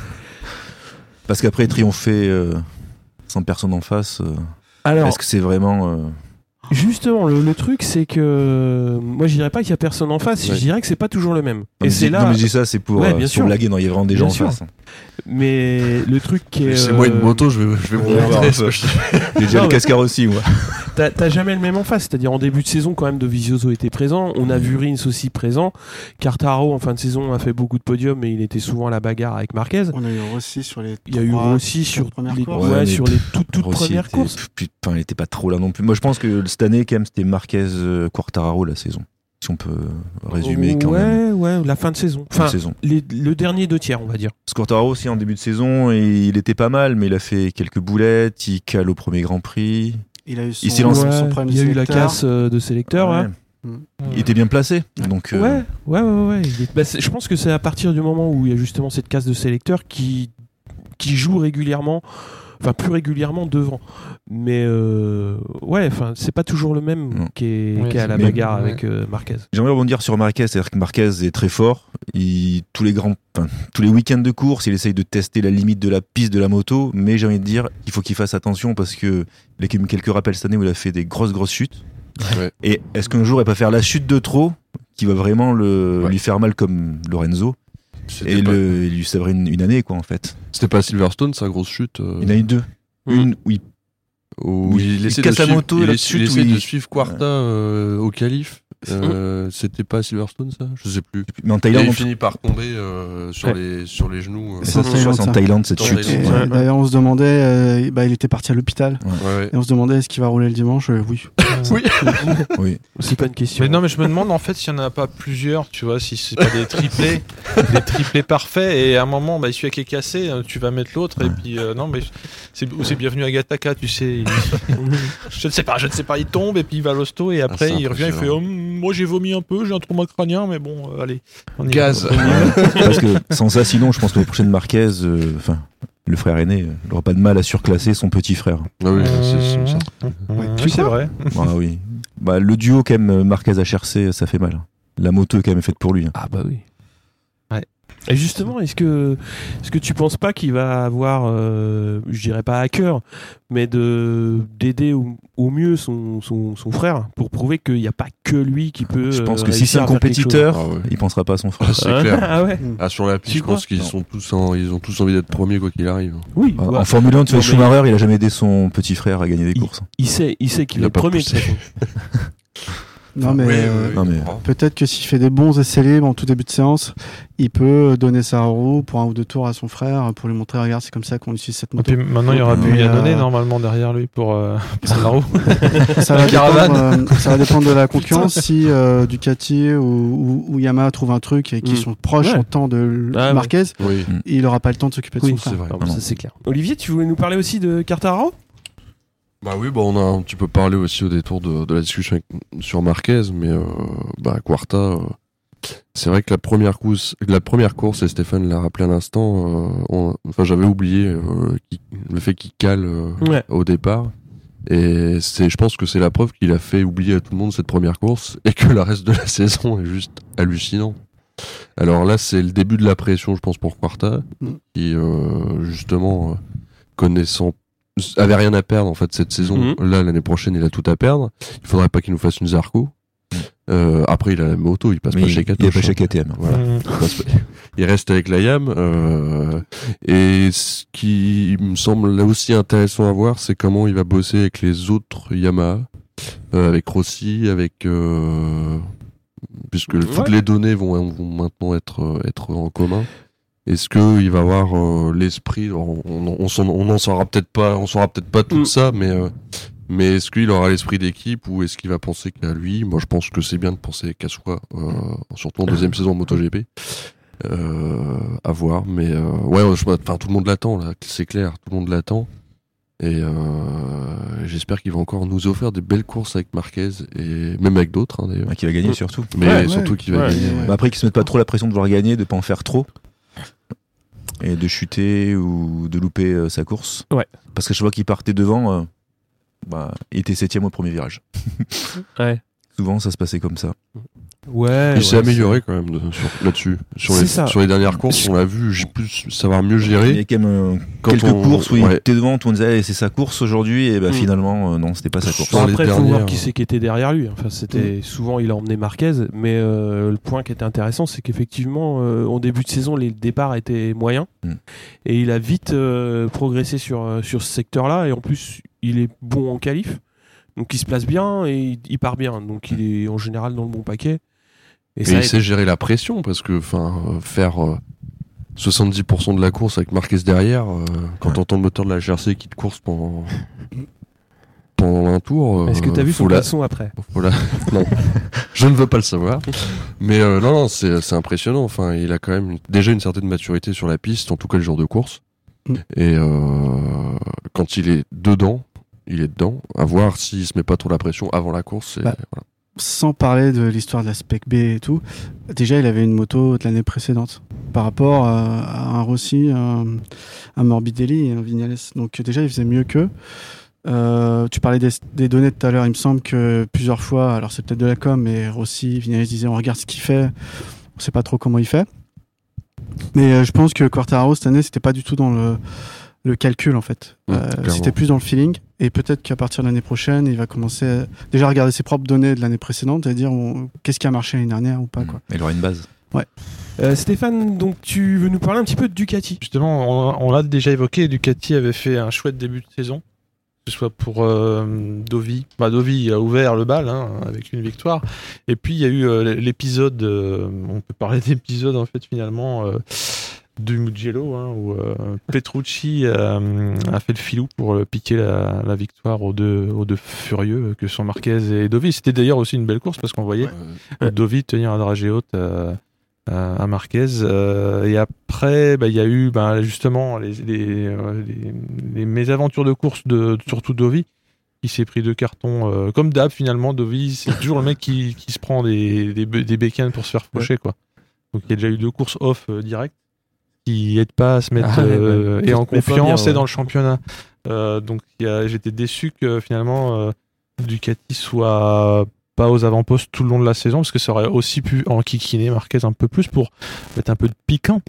Parce qu'après triompher euh, sans personne en face, euh, Alors, est-ce que c'est vraiment. euh, justement, le, le truc, c'est que moi, je dirais pas qu'il y a personne en face. Ouais. Je dirais que c'est pas toujours le même. Non, Et mais c'est je- là. non, mais je dis ça, c'est pour, Ouais, euh, bien pour sûr. blaguer. Non, il y a vraiment des Bien gens sûr. en face. Mais le truc qui est. C'est moi une euh, moto, je vais, je vais on vous va voir montrer un ce peu. que je dis. J'ai déjà Non, le mais- cascar aussi, moi. T'as t'as jamais le même en face, c'est-à-dire en début de saison quand même Dovizioso était présent, on a vu Rins aussi présent, Quartaro en fin de saison a fait beaucoup de podiums mais il était souvent à la bagarre avec Marquez. On a eu Rossi sur les. Il y a eu trois, Rossi quatre sur premières les, courses. ouais, Ouais, mais sur les toutes, toutes Rossi premières était- courses. pff, Enfin, il était pas trop là non plus. Moi, je pense que cette année, quand même, c'était Marquez euh, Quartararo la saison. Si on peut résumer quand ouais, même. ouais, la fin de saison. Fin de Enfin, saison. les- le dernier deux tiers, on va dire. Parce que Quartararo aussi en début de saison, et il était pas mal, mais il a fait quelques boulettes, il cale au premier Grand Prix. Il a eu son, Il s'est lancé- son Ouais, problème il y a de eu la sélecteur. casse euh, de sélecteur. Ouais. Ouais. Il était bien placé. Donc, euh, Ouais, ouais, ouais, ouais. Il est- bah, c'est- je pense que c'est à partir du moment où il y a justement cette casse de sélecteur qui, qui joue régulièrement, enfin plus régulièrement devant. Mais euh, ouais, enfin c'est pas toujours le même Non. qui est, Ouais, qui est à la mais- bagarre ouais. avec euh, Marquez. J'aimerais rebondir sur Marquez, c'est-à-dire que Marquez est très fort. Il, tous les grands, enfin, tous les week-ends de course, il essaye de tester la limite de la piste de la moto, mais j'ai envie de dire qu'il faut qu'il fasse attention parce que il a quand même quelques rappels cette année où il a fait des grosses grosses chutes. Ouais. Et est-ce qu'un jour il va pas faire la chute de trop qui va vraiment le, Ouais. lui faire mal comme Lorenzo C'était et pas, le, lui savrer une, une année quoi en fait. c'était pas Silverstone, sa grosse chute. euh, Il y en a eu deux. Mhm. Une où il où il- il, il essaie casse de la suivre, moto, il, la essa- il chute où essaie de il- suivre Quarta euh, au qualif. Euh, C'était pas Silverstone ça, je sais plus. mais en Et Thaïlande, il on- finit par tomber euh, sur Ouais. les sur les genoux. euh. C'est je en crois Thaïlande, que c'est en ça. Thaïlande cette En chute. Thaïlande, Et, Ouais. euh, D'ailleurs, on se demandait, euh, bah, il était parti à l'hôpital. Ouais, ouais. Et on se demandait est-ce qu'il va rouler le dimanche. Euh, Oui. Oui. Oui. C'est pas une question. Mais non, mais je me demande en fait s'il n'y en a pas plusieurs, tu vois, si c'est pas des triplés, des triplés parfaits, et à un moment, bah, celui qui est cassé, euh, tu vas mettre l'autre, et puis euh, non, mais c'est ou c'est bienvenu à Gataka, tu sais. il- je ne sais pas, je ne sais pas, il tombe, et puis il va à l'hosto, et après c'est il revient, il fait impressionnant. oh, moi j'ai vomi un peu, j'ai un trauma crânien, mais bon, euh, allez. On y va. Gaz. Parce que sans ça, sinon, je pense que les prochaines Marquez, euh, enfin, le frère aîné, euh, il n'aura pas de mal à surclasser son petit frère. Ah oui, c'est c'est ça. Oui, c'est vrai. Ah oui. Bah, le duo, quand même, Marquez H R C, ça fait mal. La moto est quand même faite pour lui. hein. Ah bah oui. Et justement, est-ce que, est-ce que tu penses pas qu'il va avoir, euh, je dirais pas à cœur, mais de d'aider au, au mieux son, son, son frère pour prouver qu'il n'y a pas que lui qui peut. Je pense euh, que si c'est réussir un à faire quelque chose. compétiteur, Ah ouais. il pensera pas à son frère. Ah, c'est Hein clair. Ah ouais. Ah, sur la piste, Tu je pense crois qu'ils Non. sont tous en- ils ont tous envie d'être premiers quoi qu'il arrive. Oui. En, ouais. en Formule un, tu vois, Non, mais- Schumacher, il a jamais aidé son petit frère à gagner des Il- courses. Il sait, il sait qu'il Il est a pas premier. de poussé. toute façon. Non, mais, Oui, euh, oui, oui, non, mais- je comprends. peut-être que s'il fait des bons essais libres en tout début de séance, il peut donner sa roue pour un ou deux tours à son frère pour lui montrer regarde, c'est comme ça qu'on utilise cette Et moto. puis maintenant il y aura Mais, plus à euh, donner normalement derrière lui pour euh, prendre la roue. Ça va, La caravane. dépendre, euh, ça va dépendre de la concurrence. Si euh, Ducati ou, ou, ou Yamaha trouvent un truc et qui Mm. sont proches Ouais. en temps de Ah ouais. Marquez, Oui, il n'aura pas le temps de s'occuper de Oui, son c'est frère. vrai. Ah, Non. ça c'est clair. Olivier, tu voulais nous parler aussi de Quartararo? Bah oui, bah on a un petit peu parlé aussi au détour de, de la discussion avec- sur Marquez, mais euh, bah Quarta, euh, c'est vrai que la première course, la première course, et Stéphane l'a rappelé à l'instant, euh, on- enfin j'avais oublié euh, qu'il- le fait qu'il cale euh, Ouais. au départ, et c'est, je pense que c'est la preuve qu'il a fait oublier à tout le monde cette première course et que le reste de la saison est juste hallucinant. Alors là, c'est le début de la pression, je pense, pour Quarta, Mm. qui euh, justement euh, connaissant avait rien à perdre en fait cette saison. Mhm. Là, l'année prochaine, il a tout à perdre. Il faudrait pas qu'il nous fasse une Zarco. Euh, après, il a la moto, il passe Mais pas il chez il Kato. est pas chez K T M. Voilà. Mm. Il, passe pas- il reste avec la Yam. Euh, et ce qui me semble là aussi intéressant à voir, c'est comment il va bosser avec les autres Yamaha, euh, avec Rossi, avec euh, puisque Ouais. toutes les données vont, vont maintenant être, être en commun. Est-ce qu'il va avoir euh, l'esprit, on, on, on, s'en- on en saura peut-être pas, on saura peut-être pas tout Mm. ça, mais, euh, mais est-ce qu'il aura l'esprit d'équipe ou est-ce qu'il va penser qu'à lui? Moi, je pense que c'est bien de penser qu'à soi, euh, surtout en deuxième saison en MotoGP. Euh, à voir, mais euh, ouais, je, enfin, tout le monde l'attend là, c'est clair, tout le monde l'attend. Et euh, j'espère qu'il va encore nous offrir des belles courses avec Marquez et même avec d'autres hein, d'ailleurs. Bah, qui va gagner surtout. Mais Ouais, surtout ouais. qu'il va Ouais. gagner. ouais. Bah, après, qu'ils se mettent pas trop la pression de vouloir gagner, de pas en faire trop. Et de chuter ou de louper euh, sa course. Ouais. Parce que je vois qu'il partait devant, euh, bah, il était septième au premier virage. Ouais. Souvent, ça se passait comme ça. Ouais. Il s'est ouais, amélioré quand même de- sur- là-dessus. Sur C'est les, ça. sur les dernières courses, on l'a vu, j'ai plus savoir mieux Il y a gérer. quand même euh, Quand quelques on- courses où il ouais. était devant, tout le monde disait eh, c'est sa course aujourd'hui, et bah, Mm. finalement, euh, non, c'était pas sa course. Sur Bon, les après, il faut voir dernières, qui c'est qui était derrière lui. Enfin, c'était souvent il a emmené Marquez, mais euh, le point qui était intéressant, c'est qu'effectivement, euh, en début de saison, les départs étaient moyens, Mm. et il a vite euh, progressé sur euh, sur ce secteur-là, et en plus, il est bon en qualif, donc il se place bien et il, il part bien, donc il est en général dans le bon paquet. Et Et ça il aide. sait gérer la pression parce que enfin euh, faire euh, soixante-dix pour cent de la course avec Marquez derrière, euh, quand Ouais. t'entends le moteur de la G R C qui te course pendant pendant un tour. euh, Est-ce que t'as vu son faut la- caleçon après? Voilà. Non, je ne veux pas le savoir. Mais euh, non, non, c'est c'est impressionnant. Enfin, il a quand même une- déjà une certaine maturité sur la piste, en tout cas le jour de course. Mm. Et euh, quand il est dedans, il est dedans. À voir s'il se met pas trop la pression avant la course. Et, Bah. voilà. Sans parler de l'histoire de la Spec B et tout, déjà il avait une moto de l'année précédente par rapport à, à un Rossi, un, un Morbidelli et un Vignales. Donc déjà il faisait mieux qu'eux. Euh, tu parlais des, des données tout à l'heure, il me semble que plusieurs fois, alors c'est peut-être de la com, mais Rossi, Vignales disaient on regarde ce qu'il fait, on sait pas trop comment il fait. Mais euh, je pense que Quartararo cette année c'était pas du tout dans le, le calcul en fait. Mmh, Euh, clairement. c'était plus dans le feeling. Et peut-être qu'à partir de l'année prochaine, il va commencer à déjà regarder ses propres données de l'année précédente et dire bon, qu'est-ce qui a marché l'année dernière ou pas quoi. Il aura une base. Euh, Stéphane, donc tu veux nous parler un petit peu de Ducati? Justement, on, on l'a déjà évoqué, Ducati avait fait un chouette début de saison, que ce soit pour euh, Dovi. Bah, Dovi a ouvert le bal hein, avec une victoire. Et puis il y a eu euh, l'épisode, euh, on peut parler d'épisode en fait finalement, euh, du Mugello, hein, où euh, Petrucci euh, a fait le filou pour euh, piquer la, la victoire aux deux, aux deux furieux que sont Marquez et Dovi. C'était d'ailleurs aussi une belle course parce qu'on voyait Euh, euh, Dovi tenir un dragée haute euh, à, à Marquez. Euh, et après, bah, il y a eu bah, justement les, les, euh, les, les mésaventures de course de surtout Dovi, qui s'est pris deux cartons. Euh, comme d'hab, finalement, Dovi, c'est toujours le mec qui, qui se prend des, des, des bécanes pour se faire faucher. Quoi. Donc il y a déjà eu deux courses off euh, direct qui aident pas à se mettre Ah ouais, euh, ouais. et en Mais pas confiance bien, ouais. et dans le championnat. Euh, donc il y a- j'étais déçu que finalement euh, Ducati soit pas aux avant-postes tout le long de la saison parce que ça aurait aussi pu enquiquiner Marquez un peu plus pour mettre un peu de piquant.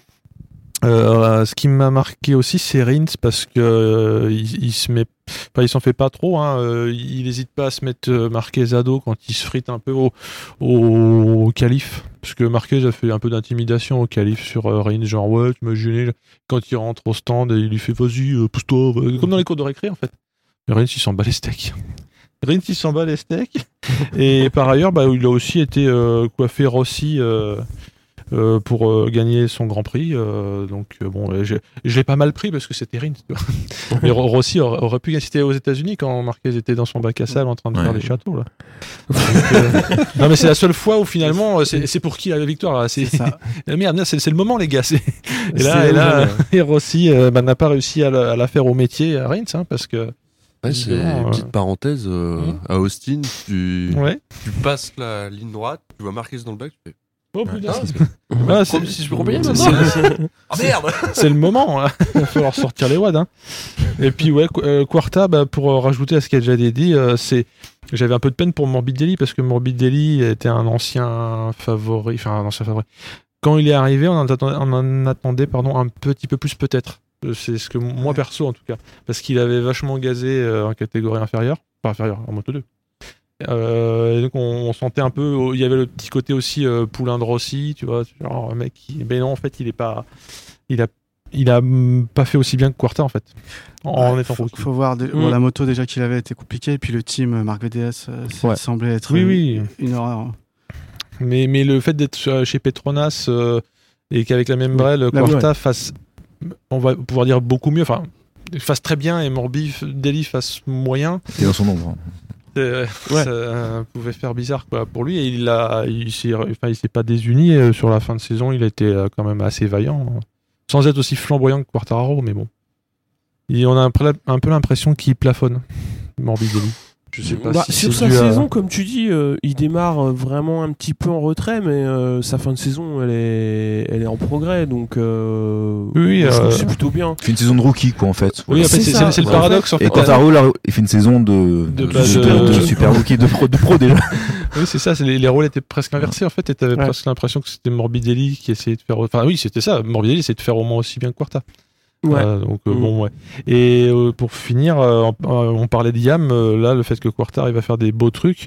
Euh, ce qui m'a marqué aussi, c'est Rins parce que euh, il, il se met, enfin, il s'en fait pas trop. Hein, euh, il n'hésite pas à se mettre euh, Marquez à dos quand il se frite un peu au, au, au qualif, parce que Marquez a fait un peu d'intimidation au qualif sur euh, Rins, genre ouais, tu m'as gêné quand il rentre au stand et il lui fait vas-y, euh, pousse-toi, va- comme dans les cours de récré en fait. Mais Rins, il s'en bat les steaks. Rins, il s'en bat les steaks. Et par ailleurs, bah, il a aussi été euh, coiffé Rossi. Euh, Euh, pour euh, gagner son Grand Prix. Euh, donc euh, bon, euh, je, je l'ai pas mal pris parce que c'était Rins. tu vois. Mais Ro- Rossi aurait, aurait pu gagner. C'était aux États-Unis quand Marquez était dans son bac à sable en train de Ouais. faire des châteaux là. Donc, euh, non mais c'est la seule fois où finalement euh, c'est, c'est pour qui la victoire là. C'est, C'est ça. merde, merde, c'est, c'est le moment les gars. C'est... Et là, C'est et là, jamais, et Rossi euh, bah, n'a pas réussi à la, à la faire au métier à Rins hein, parce que. Ouais, c'est évidemment, une euh, petite parenthèse. euh, Mmh. À Austin, tu, Ouais. tu passes la ligne droite, tu vois Marquez dans le bac, tu fais Oh putain. Ah, Ah, c'est- c'est, si je peux repayer c'est- maintenant. c'est- Ah merde. c'est le moment, hein. Il va falloir sortir les wads. Hein. Et puis ouais, Qu- euh, Quarta, bah, pour euh, rajouter à ce qui a déjà été dit, euh, c'est j'avais un peu de peine pour Morbidelli parce que Morbidelli était un ancien favori, enfin un ancien favori. Quand il est arrivé, on en attendait, on en attendait pardon, un petit peu plus peut-être. Euh, C'est ce que moi perso en tout cas, parce qu'il avait vachement gazé euh, en catégorie inférieure, pas inférieure, en moto deux. Euh, et donc on, on sentait un peu, il y avait le petit côté aussi euh, poulain de Rossi, tu vois, genre un mec qui, mais non en fait il est pas, il a, il a mm, pas fait aussi bien que Quarta en fait, en Ouais, étant faut, rookie. faut voir de- Mm. bon, la moto déjà qu'il avait été compliqué et puis le team euh, Marc V D S euh, ça Ouais. semblait être Oui, une, oui. une horreur. Mais, mais le fait d'être chez Petronas euh, et qu'avec la même brelle, Quarta ouais. fasse, on va pouvoir dire beaucoup mieux, enfin, fasse très bien et Morbidelli fasse moyen. C'est dans son ombre. Euh, ouais. Ça euh, pouvait faire bizarre quoi, pour lui. Et il a, il s'est, enfin, il s'est pas désuni euh, sur la fin de saison. Il a été euh, quand même assez vaillant, hein. Sans être aussi flamboyant que Quartararo, mais bon. Et on a un, un peu l'impression qu'il plafonne, Morbidelli. Je sais pas bah, si sur c'est sa saison, à... comme tu dis, euh, il démarre vraiment un petit peu en retrait, mais euh, sa fin de saison, elle est, elle est en progrès, donc euh, oui, euh... c'est plutôt bien. Il fait une saison de rookie, quoi, en fait. Oui, c'est, c'est, c'est, c'est le paradoxe. En fait. Et Quartararo, là, il fait une saison de, de, de, super, de... de super rookie, de pro, de pro déjà. Oui, c'est ça. C'est les, les rôles étaient presque inversés, en fait, et t'avais ouais. presque l'impression que c'était Morbidelli qui essayait de faire. Enfin, oui, c'était ça. Morbidelli essayait de faire au moins aussi bien que Quarta. Ouais. Euh, donc euh, mmh. bon ouais. Et euh, pour finir, euh, on, on parlait de Yam. Euh, là, le fait que Quarta arrive à faire des beaux trucs,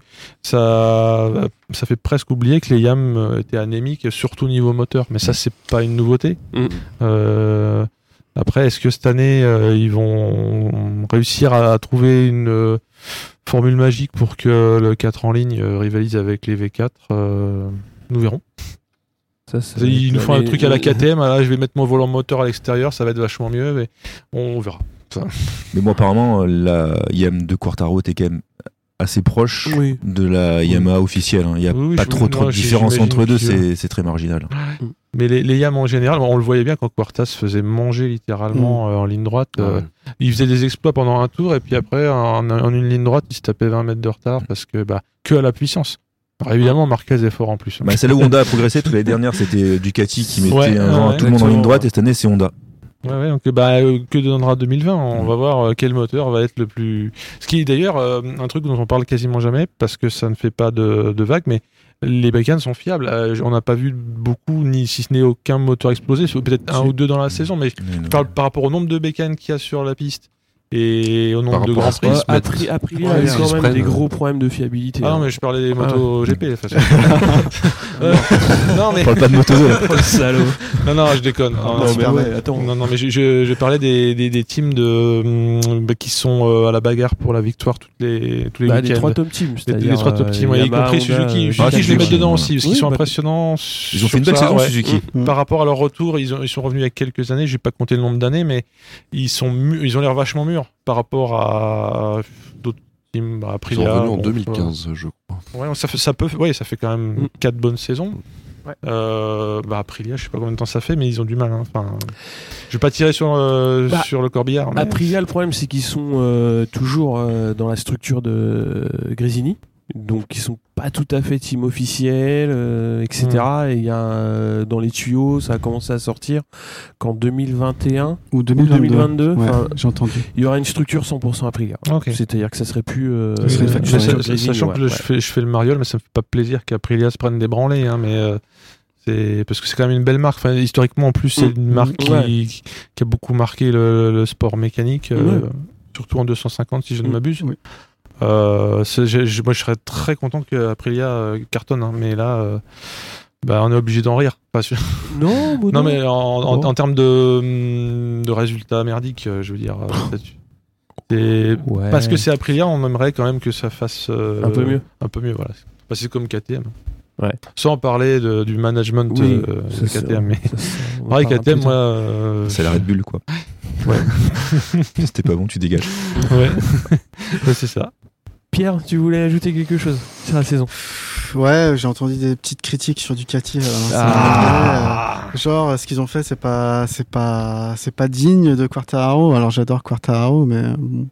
ça, ça fait presque oublier que les Yam étaient anémiques, surtout niveau moteur. Mais ça, c'est pas une nouveauté. Mmh. Euh, après, est-ce que cette année, euh, ils vont réussir à, à trouver une euh, formule magique pour que le quatre en ligne euh, rivalise avec les V quatre euh, Nous verrons. Ça, il nous faut un truc à la K T M, là je vais mettre mon volant moteur à l'extérieur, ça va être vachement mieux, mais on verra. Ça. Mais bon, apparemment, la Yam de Quartaro était quand même assez proche oui. de la Yamaha oui. officielle. Hein. Il n'y a oui, pas je, trop, non, trop de différence entre eux deux, c'est, c'est très marginal. Ouais. Mais les, les Yam en général, on le voyait bien quand Quarta se faisait manger littéralement mmh. euh, en ligne droite. Euh, ouais. Il faisait des exploits pendant un tour, et puis après, en, en une ligne droite, il se tapait vingt mètres de retard, parce que bah, que à la puissance. Alors évidemment, Marquez est fort en plus. Bah, c'est là où Honda a progressé. Toute l'année dernière, c'était Ducati qui mettait ouais, un genre, ouais, tout le monde en ligne droite, et cette année, c'est Honda. Ouais, ouais, donc bah, euh, que donnera deux mille vingt. On mmh. va voir euh, quel moteur va être le plus. Ce qui est d'ailleurs euh, un truc dont on parle quasiment jamais, parce que ça ne fait pas de, de vagues, mais les bécanes sont fiables. Euh, on n'a pas vu beaucoup, ni si ce n'est aucun moteur explosé, peut-être un ou deux dans la saison, mais je parle par rapport au nombre de bécanes qu'il y a sur la piste. Et au nombre de grands prix, Aprilia a ouais, quand même des gros problèmes de fiabilité. Ah non, mais je parlais des motos ah. G P. euh, non, mais. On parle pas de moto deux. Salaud. Non, non, je déconne. Non, non, mais ouais, attends. Non, non, mais je, je, je parlais des, des, des teams de, bah, qui sont euh, à la bagarre pour la victoire toutes les, tous les bah, week-ends. Les trois top teams. Les, les trois top teams, euh, y compris Suzuki. Suzuki, ah, je les mets dedans aussi, parce qu'ils sont impressionnants. Ils ont fait une belle saison, Suzuki. Par rapport à leur retour, ils sont revenus il y a quelques années. Je vais pas compter le nombre d'années, mais ils ont l'air vachement mûrs par rapport à d'autres teams, bah, Aprilia. Ils sont revenus en deux mille quinze, euh, je crois. Ouais, ça fait, ça peut, ouais, ça fait quand même mm. quatre bonnes saisons. Ouais. Euh, bah, Aprilia, je sais pas combien de temps ça fait, mais ils ont du mal. Hein. Enfin, je vais pas tirer sur, euh, bah, sur le corbillard. Mais... Aprilia, le problème, c'est qu'ils sont euh, toujours euh, dans la structure de Gresini. Donc ils sont pas tout à fait team officiel, euh, et cetera. Mmh. Et il y a euh, dans les tuyaux, ça a commencé à sortir qu'en deux mille vingt et un ou deux mille vingt-deux, deux mille vingt-deux ouais, j'ai entendu. Il y aura une structure cent pour cent Aprilia. Okay. C'est-à-dire que ça serait plus. Euh, ça serait euh, ça, ça, sachant ouais, que ouais. je fais je fais le mariole, mais ça me fait pas plaisir qu'Aprilia se prenne des branlées, hein, mais. Euh... C'est parce que c'est quand même une belle marque. Enfin, historiquement, en plus, c'est une marque qui, ouais. qui, qui a beaucoup marqué le, le sport mécanique, euh, ouais. surtout en deux cent cinquante, si je ne m'abuse. Oui. Euh, j'ai, j'ai, moi, je serais très content qu'Aprilia euh, cartonne, hein, mais là, euh, bah, on est obligé d'en rire. Pas sûr. Non, bon, non, mais en, en, en termes de, de résultats merdiques, je veux dire. C'est, ouais. Parce que c'est Aprilia, on aimerait quand même que ça fasse euh, un peu mieux. Un peu mieux, voilà. Bah, c'est comme K T M. Ouais. Sans parler de, du management oui, euh, de K T M, mais pareil K T M, moi, euh... c'est la Red Bull, quoi. Ouais. C'était pas bon, tu dégages. Ouais. Ouais, c'est ça. Pierre, tu voulais ajouter quelque chose sur la saison? Ouais, j'ai entendu des petites critiques sur Ducati. Euh, ah. euh, genre, ce qu'ils ont fait, c'est pas, c'est pas, c'est pas digne de Quartararo. Alors, j'adore Quartararo, mais bon.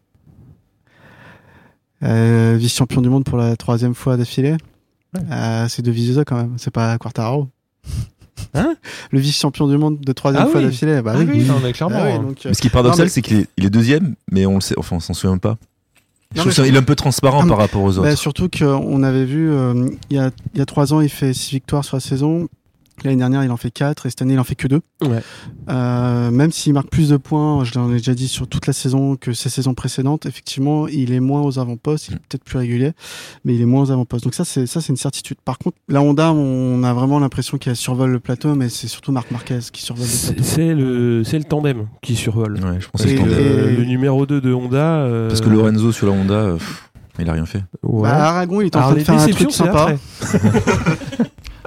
euh, vice-champion du monde pour la troisième fois d'affilée. Ouais. Euh, c'est de Viziosa quand même, c'est pas Quartararo. Hein? Le vice-champion du monde de troisième ah fois oui. d'affilée. Bah ah oui, oui, non, mais clairement. Ah oui, donc, mais ce qui est paradoxal, mais... c'est qu'il est, il est deuxième, mais on le sait, enfin, on s'en souvient pas. Non, je trouve mais... il est un peu transparent non, par rapport aux autres. Bah, surtout qu'on avait vu, euh, il y a, il y a trois ans, il fait six victoires sur la saison. L'année dernière, il en fait quatre et cette année, il en fait que deux. Ouais. Euh, même s'il marque plus de points, je l'en ai déjà dit sur toute la saison que ses saisons précédentes, effectivement, il est moins aux avant-postes, il est peut-être plus régulier, mais il est moins aux avant-postes. Donc ça, c'est ça, c'est une certitude. Par contre, la Honda, on a vraiment l'impression qu'elle survole le plateau, mais c'est surtout Marc Marquez qui survole le plateau. C'est le, c'est le tandem qui survole. Ouais, je pense que c'est le, tandem. Le numéro deux de Honda. Euh... Parce que Lorenzo sur la Honda, pff, il a rien fait. Ouais. Bah, Aragon, il est en train de faire un truc sympa.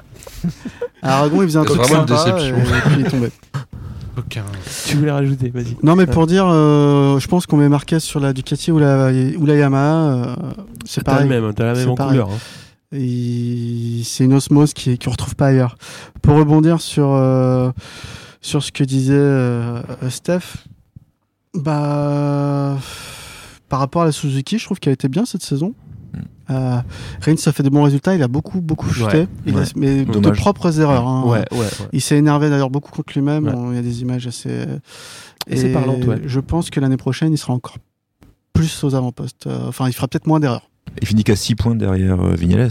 À Aragon, il faisait un C'est truc vraiment une sympa, déception. Et, et puis il tombait. Aucun. Tu voulais rajouter, vas-y. Non, mais pour dire, euh, je pense qu'on met Marquez sur la Ducati ou la, ou la Yamaha. Euh, c'est T'as pareil. le même, t'as la même C'est en pareil. couleur. Hein. Et c'est une osmose qui qu'on retrouve pas ailleurs. Pour rebondir sur euh, sur ce que disait euh, Steph, bah par rapport à la Suzuki, je trouve qu'elle était bien cette saison. Euh, Rins a fait de bons résultats, il a beaucoup beaucoup chuté, Ouais, il ouais. a, mais de Dommage. propres erreurs. Hein. Ouais, ouais, ouais. Il s'est énervé d'ailleurs beaucoup contre lui-même. Ouais. On- Il y a des images assez. Assez Et parlantes, ouais. Je pense que l'année prochaine, il sera encore plus aux avant-postes. Euh, Enfin, il fera peut-être moins d'erreurs. Il finit qu'à six points derrière euh, Vignales.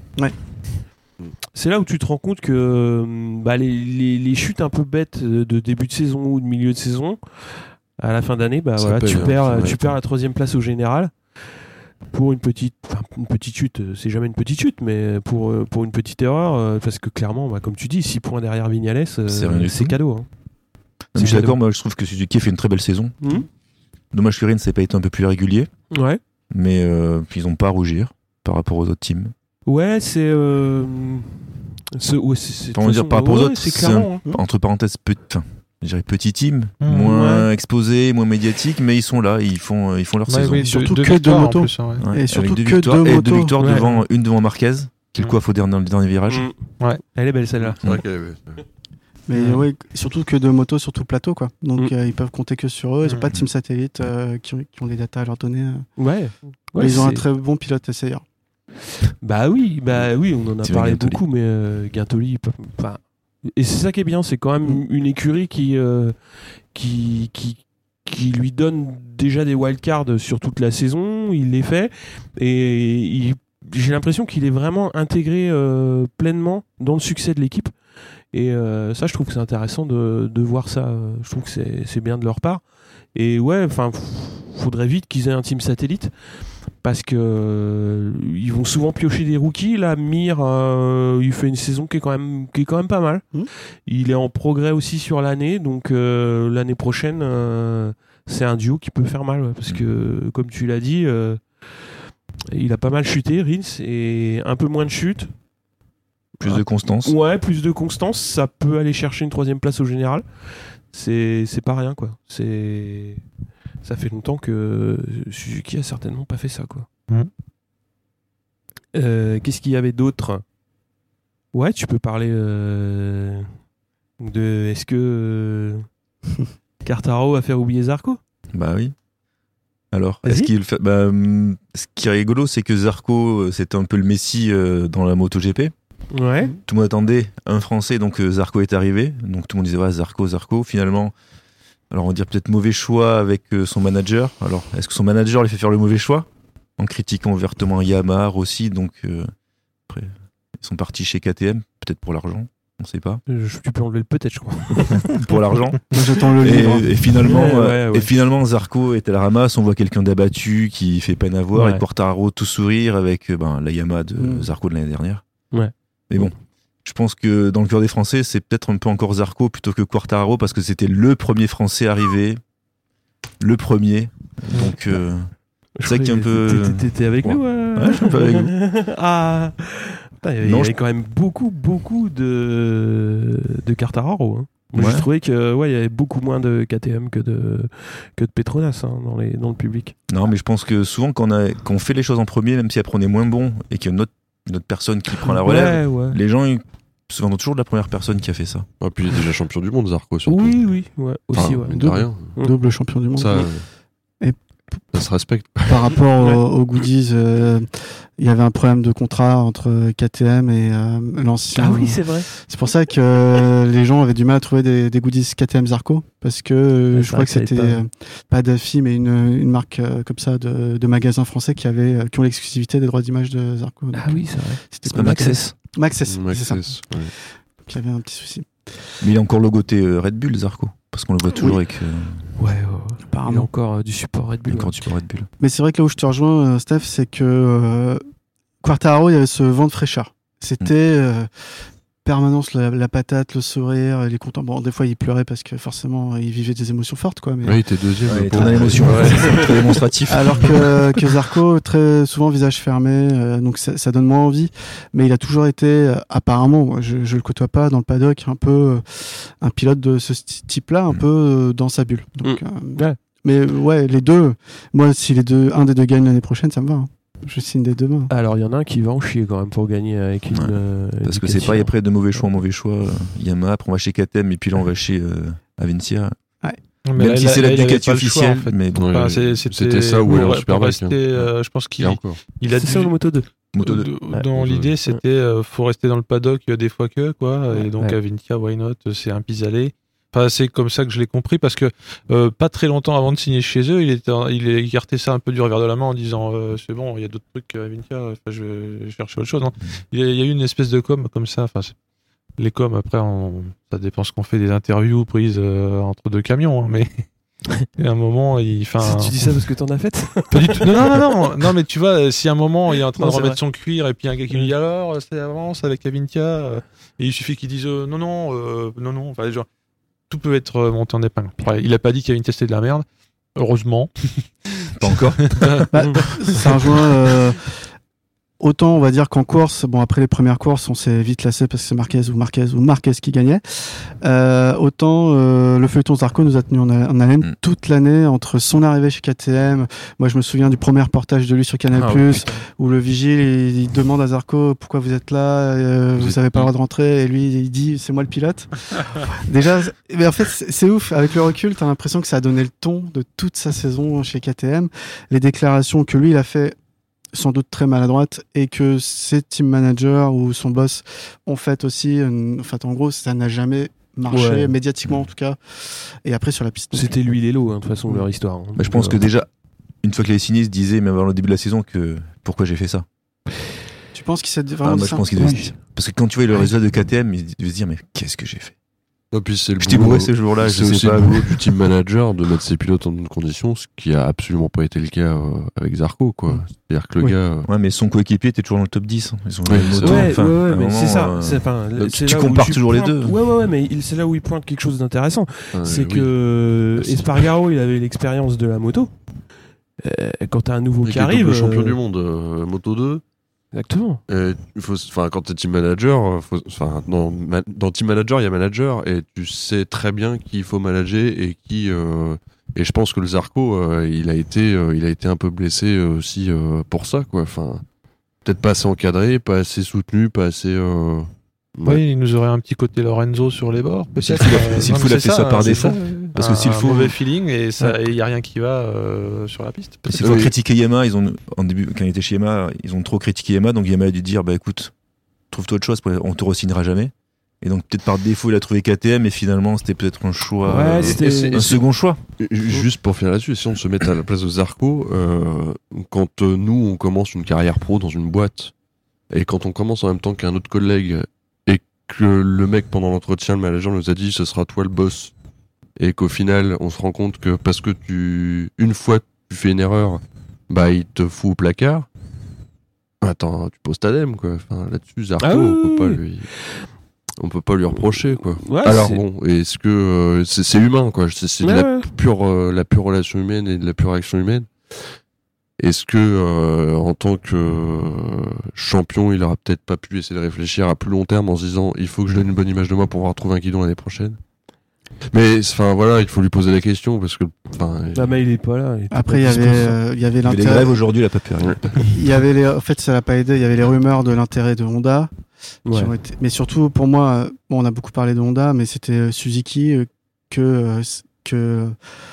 C'est là où tu te rends compte que bah, les, les, les chutes un peu bêtes de début de saison ou de milieu de saison, à la fin d'année, bah, Ça voilà, paye, tu, hein, perds, ça tu va. perds la troisième place au général. Pour une petite, enfin, une petite chute, c'est jamais une petite chute, mais pour, euh, pour une petite erreur, euh, parce que clairement, bah, comme tu dis, six points derrière Vignales, euh, C'est rien du c'est tout. cadeau. Hein. Non, mais je suis cadeau. d'accord, moi je trouve que Suzuki a fait une très belle saison. Mhm. Dommage que Rins n'ait pas été un peu plus régulier, Ouais. mais euh, ils n'ont pas à rougir par rapport aux autres teams. Ouais, c'est. Euh... c'est- ouais, c'est- c'est- de Enfin, on va toute dire façon, par rapport aux ouais, autres, c'est c'est clairement. hein. Entre parenthèses, petit, enfin, je dirais petit team, Mmh, moins exposé, moins médiatique, mais ils sont là, ils font, ils font leur Ouais, saison. oui, Surtout deux, que deux deux victoires en motos. plus, hein, ouais. Ouais, Et avec surtout deux que victoires, deux et deux motos. victoires Ouais. devant, une devant Marquez, qui le Mm. coiffe au dernier, dans le dernier virage. Mm. Ouais. Elle est belle celle-là. C'est vrai qu'elle est- Mais Ouais. ouais, surtout que deux motos sur tout le plateau, quoi. Donc Mm. euh, ils peuvent compter que sur eux. Ils n'ont Mm. pas de team satellite euh, qui, ont, qui ont des datas à leur donner. euh. Ouais. Ouais, Mais ils ont un c'est- très bon pilote essayeur. Bah oui, bah oui, on en a Sylvain parlé Guintoli. beaucoup, mais euh, Guintoli, il peut- enfin, et c'est ça qui est bien, c'est quand même une écurie qui, euh, qui, qui, qui lui donne déjà des wildcards sur toute la saison, il les fait, et il- j'ai l'impression qu'il est vraiment intégré euh, pleinement dans le succès de l'équipe. Et euh, ça, je trouve que c'est intéressant de, de voir ça. euh, Je trouve que c'est, c'est bien de leur part. Et ouais, enfin, f- faudrait vite qu'ils aient un team satellite parce que euh, ils vont souvent piocher des rookies. Là, Mir, euh, il fait une saison qui est quand même, qui est quand même pas mal. Mmh. Il est en progrès aussi sur l'année, donc euh, l'année prochaine, euh, c'est un duo qui peut faire mal ouais, parce que, comme tu l'as dit, euh, il a pas mal chuté, Rins, et un peu moins de chute. Plus de constance. Ouais, plus de constance, ça peut aller chercher une troisième place au général. C'est, c'est pas rien, quoi. C'est, ça fait longtemps que Suzuki a certainement pas fait ça, quoi. Mhm. Euh, qu'est-ce qu'il y avait d'autre ? Ouais, tu peux parler euh, de. Est-ce que euh, Quartaro va faire oublier Zarco ? Bah oui. Alors, Vas-y. est-ce qu'il fait. Bah, hum, ce qui est rigolo, c'est que Zarco, euh, c'était un peu le Messi euh, dans la MotoGP. Ouais. Tout le monde attendait un Français, donc euh, Zarco est arrivé. Donc tout le monde disait, ouais, Zarco, Zarco. Finalement, alors on va dire peut-être mauvais choix avec euh, son manager. Alors, est-ce que son manager lui fait faire le mauvais choix en critiquant ouvertement Yamaha aussi? Donc, euh, après, ils sont partis chez K T M, peut-être pour l'argent, on sait pas. Je- tu peux enlever le peut-être, je crois. Pour l'argent. Moi, j'attends le livre. Et, et finalement, Ouais, euh, ouais, ouais. et finalement, Zarco est à la ramasse. On voit quelqu'un d'abattu qui fait peine à voir. Ouais. Et Quartararo tout sourire avec euh, ben, la Yamaha de Mm. Zarco de l'année dernière. Ouais. Mais bon, je pense que dans le cœur des Français, c'est peut-être un peu encore Zarco plutôt que Quartararo parce que c'était le premier Français arrivé, le premier. Donc euh, c'est ça qui est un peu. T'étais- T'étais avec Ouais. nous euh Ouais, je suis un peu avec vous. Ah Putain, il y avait, Non, il y je- avait quand même beaucoup, beaucoup de, de Quartararo. Hein. Moi, Ouais. j'ai trouvé que ouais, il y avait beaucoup moins de K T M que de, que de Petronas hein, dans, les, dans le public. Non, mais je pense que souvent quand on, a, quand on fait les choses en premier, même si après on est moins bon et qu'il y a une autre, une autre personne qui prend la relève, Ouais, ouais. les gens ils se vendent toujours de la première personne qui a fait ça. Ah, puis il est déjà champion du monde, Zarco, surtout. Oui, oui, ouais, aussi. Enfin, ouais. mine de Double. rien. Double champion du monde. Ça, Et- ça se respecte. Par rapport aux, aux goodies, euh, il y avait un problème de contrat entre K T M et euh, l'ancien. Ah oui, c'est vrai. C'est pour ça que euh, les gens avaient du mal à trouver des, des goodies K T M Zarco parce que euh, Ouais, je c'est crois vrai que que ça aide c'était pas. euh, pas Daffy mais une, une marque euh, comme ça de, de magasins français qui avaient euh, qui ont l'exclusivité des droits d'image de Zarco. Donc, Ah oui, c'est vrai. c'était C'est pas Maxès. Maxès, c'est ça. Maxès, ouais. Qui avait un petit souci. Mais il est encore logoté euh, Red Bull, Zarco. Parce qu'on le voit toujours Oui. avec euh, Ouais, ouais, ouais. Il y a Apparemment. encore euh, du support Red Bull. encore ouais. du support Red Bull. Mais c'est vrai que là où je te rejoins, euh, Steph, c'est que euh, Quartararo, il y avait ce vent de fraîcheur. C'était Mm. euh, permanence la, la patate, le sourire, il est content. Bon, des fois, il pleurait parce que forcément, il vivait des émotions fortes, quoi. Mais... Ouais, il était deuxième. Ouais, il était pauvre. dans l'émotion, ouais. Très démonstratif. Alors que, que Zarco, très souvent visage fermé, euh, donc ça, ça donne moins envie. Mais il a toujours été, euh, apparemment, moi, je, je le côtoie pas dans le paddock, un peu euh, un pilote de ce type-là, un Mm. peu euh, dans sa bulle. Donc, Mm. euh, Ouais. Mais ouais, les deux, moi, si les deux, un des deux gagne l'année prochaine, ça me va. Hein. Je signe des deux mains. Alors il y en a un qui va en chier quand même pour gagner avec une. Ouais. euh, Parce que Ducati, c'est pas hein. après de mauvais choix en mauvais choix. euh, Yamaha, après on va chez K T M et puis là on va chez euh, Avincia. Mais Même là, si là, c'est la là, il avait Ducati pas le choix, officielle, en fait. mais bon, Ouais, Enfin, c'est- c'était ça ou alors pour- Superbike, pour rester, hein. euh, je pense qu'il Et encore. il a C'est dû- ça, le Moto deux. Moto deux. de- Ouais. dans Moto l'idée, deux. c'était euh, faut rester dans le paddock euh, des fois que quoi, Ouais. et donc Ouais. Avintia, why not, c'est un pis-aller. Enfin, c'est comme ça que je l'ai compris parce que euh, pas très longtemps avant de signer chez eux, il était, il a écarté ça un peu du revers de la main en disant euh, c'est bon, il y a d'autres trucs à Avintia, enfin, je vais chercher autre chose. Non, il y, a, il y a eu une espèce de com comme ça. Enfin, c'est- les coms après, on, ça dépend ce qu'on fait des interviews prises euh, entre deux camions, hein, mais il y a un moment, il, enfin, Tu dis ça parce que t'en as fait. pas du tout. Non, non, non, non, non, mais tu vois, si à un moment il est en train Non, de c'est remettre vrai. son cuir et puis un gars qui lui dit alors, ça avance avec Avintia, euh, et il suffit qu'il dise euh, non, non, euh, non, non, enfin, genre, tout peut être euh, monté en épingle. Après, il a pas dit qu'Avintia c'était de la merde, heureusement. pas encore. Bah, ça rejoint. Euh, autant on va dire qu'en course, bon après les premières courses, on s'est vite lassé parce que c'est Marquez ou Marquez ou Marquez qui gagnait. Euh, autant euh, le feuilleton Zarco nous a tenu en, en haleine Mm. toute l'année entre son arrivée chez K T M. Moi, je me souviens du premier reportage de lui sur Canal+, Ah ouais, où le vigile il, il demande à Zarco pourquoi vous êtes là, euh, vous êtes avez pas le qui droit de rentrer, et lui il dit c'est moi le pilote. Déjà, c'est- mais en fait c'est c'est ouf. Avec le recul, t'as l'impression que ça a donné le ton de toute sa saison chez K T M. Les déclarations que lui il a fait sans doute très maladroite et que ses team managers ou son boss ont fait aussi. euh, En fait, en gros, ça n'a jamais marché, Ouais. médiatiquement en tout cas. Et après, sur la piste. C'était lui et Lelo, hein, de toute façon, leur histoire. hein. Bah, je pense Donc, que euh, déjà, une fois qu'il est signé, il se disait, même avant le début de la saison, que pourquoi j'ai fait ça. Tu penses qu'il s'est Ah, vraiment moi, dit je ça pense qu'il devait se Ouais. dire. Parce que quand tu vois le résultat de K T M, il devait se dire, mais qu'est-ce que j'ai fait? Et puis c'est le J'étais boulot- bourré ce jour-là, je c'est sais aussi pas. le boulot du team manager de mettre ses pilotes en bonne condition, ce qui a absolument pas été le cas euh, avec Zarco, quoi. Mm. C'est-à-dire que le Oui. gars. euh, Ouais, mais son coéquipier était toujours dans le top dix. hein. Ils ont Ouais, une c'est moto, Ouais, enfin, ouais, ouais, à un mais moment, c'est ça. euh, c'est- enfin, donc, c'est tu là où compares toujours les deux. Ouais, ouais, ouais, mais il- c'est là où il pointe quelque chose d'intéressant. euh, c'est oui. que C'est- Espargaro, il avait l'expérience de la moto. Euh, quand t'as un nouveau Il qui est arrive. double champion euh, du monde, euh, Moto deux. Exactement. Et il faut, enfin, quand t'es team manager, euh, faut, enfin, dans, ma- dans team manager, il y a manager et tu sais très bien qui il faut manager et qui. euh, et je pense que le Zarco, euh, il a été, euh, il a été un peu blessé euh, aussi euh, pour ça, quoi. Enfin, peut-être pas assez encadré, pas assez soutenu, pas assez. euh, ouais. Oui, il nous aurait un petit côté Lorenzo sur les bords, S'il peut-être. faut la- euh, s'il non, faut mais la c'est fait ça par c'est défaut. ça. Parce que Un- s'il un faut- mauvais feeling et ça, il y a rien qui va euh, sur la piste. Et s'il Oui. faut critiquer Yamaha, ils ont, en début, quand il était chez Yamaha, ils ont trop critiqué Yamaha, donc Yamaha a dû dire, bah écoute, trouve-toi autre chose, on te re-signera jamais. Et donc peut-être par défaut, il a trouvé K T M, et finalement, c'était peut-être un choix, Ouais, euh, c'était- et c'est- un second choix. Juste pour finir là-dessus, si on se met à la place de Zarco, euh, quand euh, nous on commence une carrière pro dans une boîte, et quand on commence en même temps qu'un autre collègue, et que le mec pendant l'entretien, le manager nous a dit ce sera toi le boss, et qu'au final on se rend compte que parce que tu une fois tu fais une erreur, bah il te fout au placard. Attends, tu poses ta dème quoi. Enfin, là-dessus Zarco, Ah oui, on peut oui, pas oui. lui. On peut pas lui reprocher quoi. Ouais, Alors c'est- bon, est-ce que euh, c'est c'est humain quoi. C'est c'est de Ouais, la ouais. pure euh, la pure relation humaine et de la pure action humaine. Est-ce que euh, en tant que euh, champion, il aura peut-être pas pu essayer de réfléchir à plus long terme en se disant il faut que je donne une bonne image de moi pour pouvoir trouver un guidon l'année prochaine. Mais enfin voilà, il faut lui poser la question parce que enfin Ah, mais il est pas là. il était Après, il y pas avait, dispo. euh, il y avait Il y avait des l'intérêt. grèves aujourd'hui, il a pas pu rien. Il y avait les, en fait, ça l'a pas aidé. Il y avait les rumeurs de l'intérêt de Honda. Qui Ouais. ont été, mais surtout pour moi, euh, bon, on a beaucoup parlé de Honda, mais c'était euh, Suzuki euh, que euh, s- que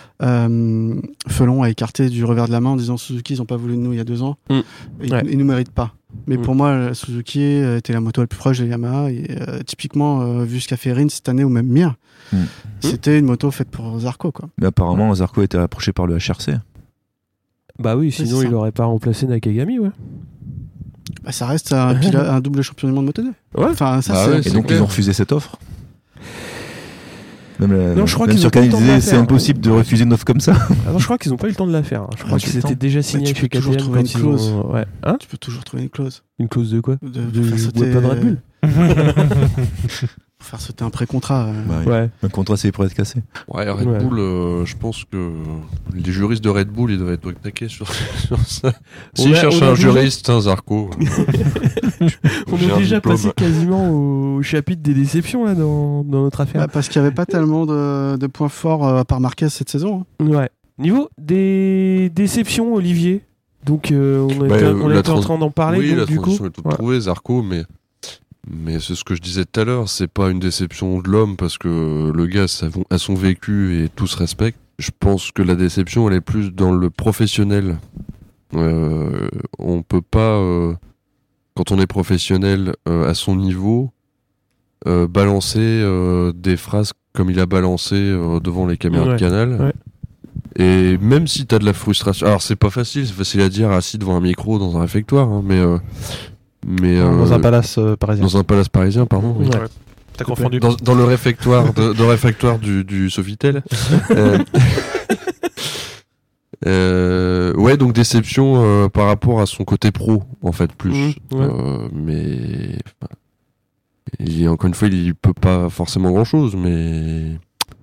euh, Felon a écarté du revers de la main en disant Suzuki ils ont pas voulu de nous il y a deux ans, Mm. ils, Ouais. ils nous méritent pas. Mais Mm. pour moi, la Suzuki euh, était la moto la plus proche de Yamaha et euh, typiquement euh, vu ce qu'a fait Rins cette année ou même Mir, Mm. c'était une moto faite pour Zarco quoi. Mais apparemment, Zarco a été approché par le H R C. Bah oui, sinon c'est il ça. aurait pas remplacé Nakagami, ouais. Bah, ça reste un, pila- un double champion du monde moto deux. Ouais. Enfin ça Bah c'est ouais, Et c'est donc, clair. ils ont refusé cette offre. Même, la- Non, je crois même qu'ils sur ont pas eu Canal, le ils temps de disaient la c'est faire. impossible de refuser une offre comme ça. Ah non, je crois qu'ils ont pas eu le temps de la faire. hein. Je crois Ah, qu'ils c'est étaient temps. déjà signés tu chez peux toujours K T M trouver quand une ils ont- clause. Ouais. Hein Tu peux toujours trouver une clause. Une clause de quoi De, De faire sauter, weapon Red Bull Pour faire sauter un pré-contrat. euh. Bah, oui. Ouais. Un contrat, c'est pour être cassé. Ouais, Red Ouais. Bull, euh, je pense que les juristes de Red Bull, ils devraient être au taquet sur, sur ça. S'ils On a- cherchent on a un déjà- juriste, un Zarco. On J'ai est un déjà diplôme. passé quasiment au chapitre des déceptions là dans, dans notre affaire. Bah, parce qu'il n'y avait pas tellement de, de points forts euh, à part Marquez cette saison. hein. Ouais. Niveau des déceptions, Olivier. Donc euh, on Bah, était, euh, on la était en trans- train d'en parler. Oui, donc, la du coup, transition est toute ouais. trouvée, Zarco, mais, mais c'est ce que je disais tout à l'heure, c'est pas une déception de l'homme parce que le gars ça a son vécu et tout se respecte. Je pense que la déception, elle est plus dans le professionnel. Euh, on peut pas, euh, quand on est professionnel euh, à son niveau, euh, balancer euh, des phrases comme il a balancé euh, devant les caméras Ouais, de Canal. ouais. Et même si t'as de la frustration, alors c'est pas facile, c'est facile à dire assis devant un micro dans un réfectoire, hein, mais euh, mais Dans euh, un palace euh, parisien. dans un palace parisien, pardon. oui. Ouais. T'as confondu. Dans, dans le réfectoire, de, de réfectoire du, du Sofitel. euh, euh, ouais, donc déception euh, par rapport à son côté pro, en fait, plus. Mmh, ouais. Euh, mais enfin, il, encore une fois, il peut pas forcément grand chose, mais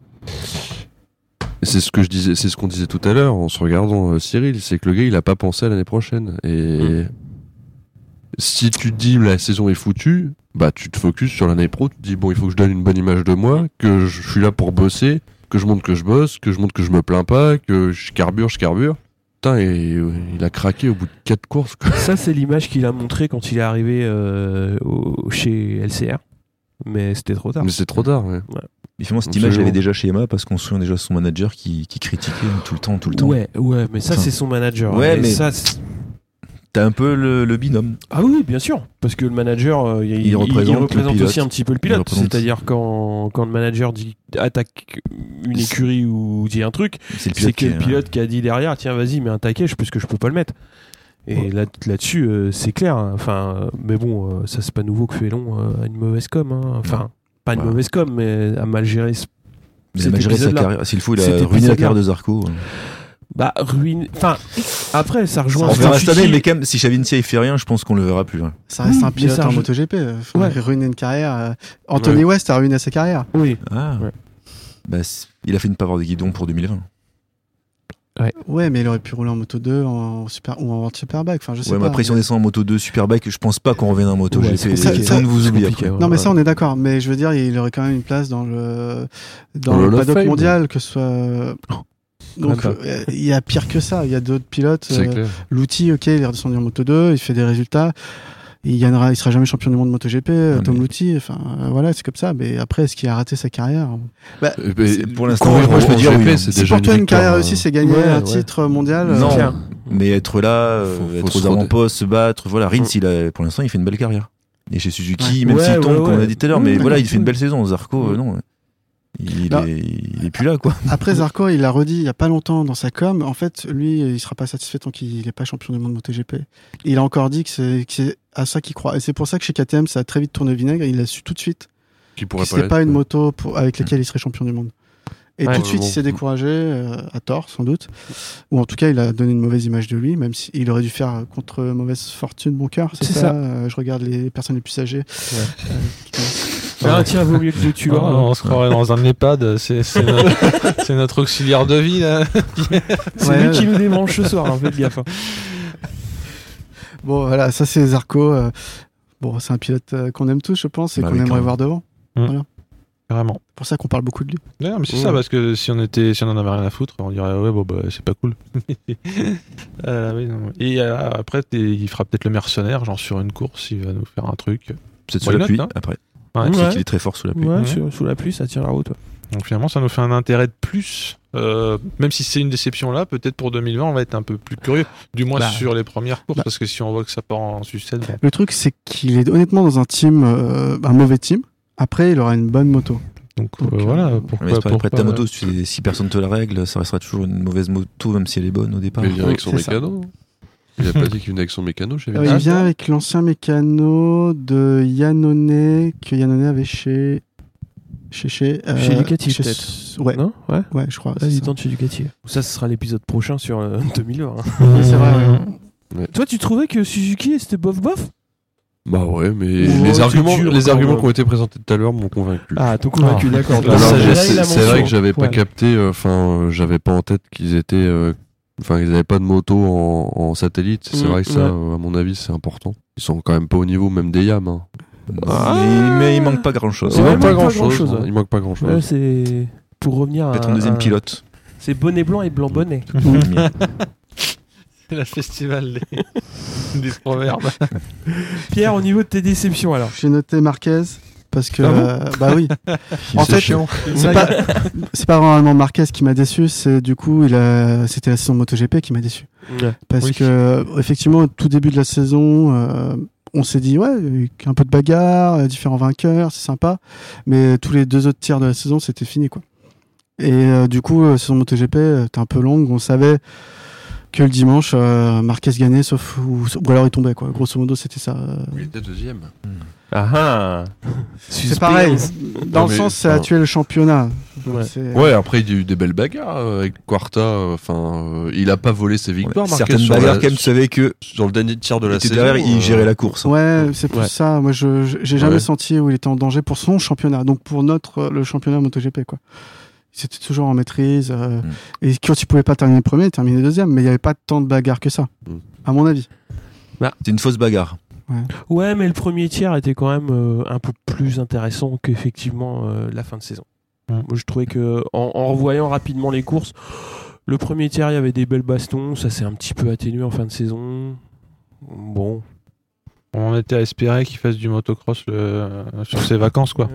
c'est ce que je disais, c'est ce qu'on disait tout à l'heure en se regardant euh, Cyril, c'est que le gars, il a pas pensé à l'année prochaine. Et si tu te dis la saison est foutue, bah tu te focuses sur l'année pro, tu te dis bon, il faut que je donne une bonne image de moi, que je suis là pour bosser, que je montre que je bosse, que je montre que je me plains pas, que je carbure, je carbure. Putain, et euh, il a craqué au bout de quatre courses, quoi. Ça, c'est l'image qu'il a montré quand il est arrivé euh, au- chez L C R. Mais c'était trop tard. Mais c'est trop tard, ouais. Et finalement, cette Absolument. image, je l'avais déjà chez Yamaha parce qu'on se souvient déjà de son manager qui, qui critiquait tout le temps, tout le temps. Ouais, ouais, mais ça, Enfin, c'est son manager. ouais, Et mais- ça, c'est- T'as un peu le, le binôme. ah oui, bien sûr, parce que le manager, euh, il, il- représente il le représente pilote. aussi un petit peu le Il pilote. représente- C'est-à-dire quand, quand le manager dit attaque une écurie ou dit un truc, C'est le c'est pilote, que le qui est- pilote qui a dit derrière, tiens, vas-y, mets un taquet, je parce que je peux pas le mettre. Et là, là-dessus, euh, c'est clair. hein. Enfin, euh, mais bon, euh, ça c'est pas nouveau que Félon euh, a une mauvaise com. hein. Enfin, pas une Ouais. mauvaise com, mais a mal géré. ce- Il a cet mal géré sa épisode-là. carrière. S'il faut, il a Cet ruiné la épisode-là. carrière de Zarco. Bah, ruine. Enfin, après, ça rejoint. On ce verra que cette tu année, dis. mais quand même, si Chavincia il fait rien, je pense qu'on le verra plus. hein. Ça reste Mmh, un mais pilote ça en rejoue- MotoGP. Il faudrait Ouais. ruiner une carrière. euh. Anthony West a ruiné sa carrière. Oui. Ah. Ouais. Bah, c- il a fait une paveur de guidon pour deux mille vingt. Ouais, mais il aurait pu rouler en Moto deux en super, ou en World Superbike. Enfin, je sais Ouais, mais pas. après, si on descend en moto deux Superbike, je pense pas qu'on revienne en moto Ouais, G P. c'est Tout compliqué. le monde vous C'est oublie compliqué, après. ouais. Non, mais ça, on est d'accord. Mais je veux dire, il aurait quand même une place dans le, dans Dans le le Hall of paddock Fame. mondial, que ce soit. Donc, Même pas. euh, il y a pire que ça. Il y a d'autres pilotes. C'est euh, clair. Lutti, ok, il est redescendu en Moto deux, il fait des résultats. Il gagnera, il sera jamais champion du monde MotoGP, euh, Ah, Tom mais- Lutti. Enfin, euh, voilà, c'est comme ça. Mais après, est-ce qu'il a raté sa carrière? Bah, Euh, mais c'est- pour l'instant, courir moi, je peux en dire G P, oui, hein. c'est si déjà pour toi une victoire, carrière hein. réussie, c'est gagner Ouais, un ouais. titre mondial. euh, Non, Clair. mais être là, euh, Faut- faut être se aux redé- avant-postes, se battre, voilà. Rins, Mm. il a, pour l'instant, il fait une belle carrière. Et chez Suzuki, Ouais. même Ouais, s'il tombe, ouais, comme on ouais. a dit tout à l'heure, Mm, mais voilà, d'accord. il fait une belle saison. Zarco, Mm. euh, non. Il, Non. est, il est plus là, quoi. Après, Zarco, il l'a redit il y a pas longtemps dans sa com. En fait, lui, il sera pas satisfait tant qu'il n'est pas champion du monde MotoGP. Il a encore dit que c'est, que c'est à ça qu'il croit. Et c'est pour ça que chez K T M, ça a très vite tourné au vinaigre. Il a su tout de suite Qui que pourrait c'était l'être, pas une quoi. moto pour, avec laquelle il serait champion du monde. Et Ouais. tout de suite, il Bon. s'est découragé, euh, à tort, sans doute. Ou en tout cas, il a donné une mauvaise image de lui, même s'il aurait dû faire contre mauvaise fortune, bon cœur. C'est, C'est ça. ça. Euh, je regarde les personnes les plus âgées. Euh, qui connaissent. Faire un tir vaut mieux que deux Tu tueurs. hein. on se croirait dans un EHPAD, c'est c'est notre, c'est notre auxiliaire de vie là. C'est Ouais, lui ouais. qui nous démange ce soir, hein, faites gaffe. hein. Bon, voilà, ça c'est Zarco. euh, bon, c'est un pilote euh, qu'on aime tous, je pense, et Bah qu'on oui, aimerait quand voir devant. Carrément. C'est pour ça qu'on parle beaucoup de lui. Non, mais c'est Ouais. ça, parce que si on était, si on en avait rien à foutre, on dirait ouais bon bah c'est pas cool. Euh, oui, non. Et euh, après t'es- il fera peut-être le mercenaire, genre sur une course, il va nous faire un truc. Peut-être sous Why la not, pluie, hein. après. Ouais. Je sais Ouais. qu'il est très fort sous la pluie. Ouais, Mhm. sur- sous la pluie, ça tire la route. ouais. Donc finalement ça nous fait un intérêt de plus. Euh, même si c'est une déception là, peut-être pour deux mille vingt on va être un peu plus curieux, du moins Bah. sur les premières courses, Bah. parce que si on voit que ça part en sucette, bon. Le truc, c'est qu'il est honnêtement dans un team, euh, un mauvais team. Après, il aura une bonne moto. donc euh, Donc, voilà. euh, Pourquoi, Mais c'est pareil, pourquoi après ta moto, si, tu- si personne te la règle, ça restera toujours une mauvaise moto, même si elle est bonne au départ. Mais il vient avec son C'est ça. mécano. Il a pas dit qu'il venait avec son mécano, je Euh, savais il pas. vient avec l'ancien mécano de Yannone que Yannone avait chez. Chez, chez, euh, Chez Ducati, chez- peut-être. Ouais, Non Ouais. ouais, je crois. Ah, c'est il ça. tente chez Ducati. Ça, ce sera l'épisode prochain sur euh, deux mille vingt. hein. Oui, c'est vrai, ouais. Ouais. Toi, tu trouvais que Suzuki c'était bof bof Bah ouais, mais Oh, les c'est arguments, dur, les quand arguments même. qui ont été présentés tout à l'heure m'ont convaincu. Ah, t'es convaincu, Ah. d'accord. Non, La non, sagesse, mais Là, il a c'est c'est vrai mention. que j'avais pas Ouais. capté, enfin, euh, j'avais pas en tête qu'ils étaient, euh, enfin, ils avaient pas de moto en, en satellite. C'est Mm, vrai que ça, ouais. euh, à mon avis, c'est important. Ils sont quand même pas au niveau même des Yam. Hein. mais, mais il manque pas grand chose. Il Ouais, manque il pas manque pas grand chose. grand-chose, ouais. Il manque pas grand chose. Ouais, c'est pour revenir à Peut-être un deuxième un- pilote. C'est bonnet blanc et blanc bonnet. C'est le festival des, des proverbes. Pierre, au niveau de tes déceptions alors. J'ai noté Marquez parce que Ah bon euh, bah oui. En C'est fait, chiant. c'est pas c'est pas vraiment Marquez qui m'a déçu, c'est du coup il a c'était la saison MotoGP qui m'a déçu parce Oui. que effectivement au tout début de la saison euh, on s'est dit ouais un peu de bagarre, euh, différents vainqueurs, c'est sympa, mais tous les deux autres tiers de la saison c'était fini quoi. Et euh, du coup la saison MotoGP euh, était un peu longue, on savait que le dimanche euh, Marquez gagnait sauf ou, ou alors il tombait quoi. Grosso modo c'était ça. euh, Il était deuxième. Ah ah. C'est pareil, dans Non, le mais, sens c'est à enfin, tuer le championnat. Ouais. C'est- Ouais, après, il y a eu des belles bagarres euh, avec Quarta. Enfin, euh, il a pas volé ses victoires, Marquez, Certaines sur, bagarres, la- quand même, tu savais que sur le dernier tiers de la était saison. derrière, il euh, gérait la course. Ouais, c'est plus Ouais. ça. Moi, je je- j'ai jamais Ouais. senti où il était en danger pour son championnat. Donc pour notre le championnat MotoGP quoi. C'était toujours en maîtrise. euh, Mm. Et quand il pouvait pas terminer premier, il terminait deuxième. Mais il y avait pas tant de bagarres que ça, Mm. à mon avis. C'est une fausse bagarre. Ouais, mais le premier tiers était quand même euh, un peu plus intéressant qu'effectivement euh, la fin de saison. Mm. Moi, je trouvais que en, en revoyant rapidement les courses, le premier tiers, il y avait des belles bastons, ça s'est un petit peu atténué en fin de saison. Bon. On était à espérer qu'il fasse du motocross le- sur ses vacances, quoi.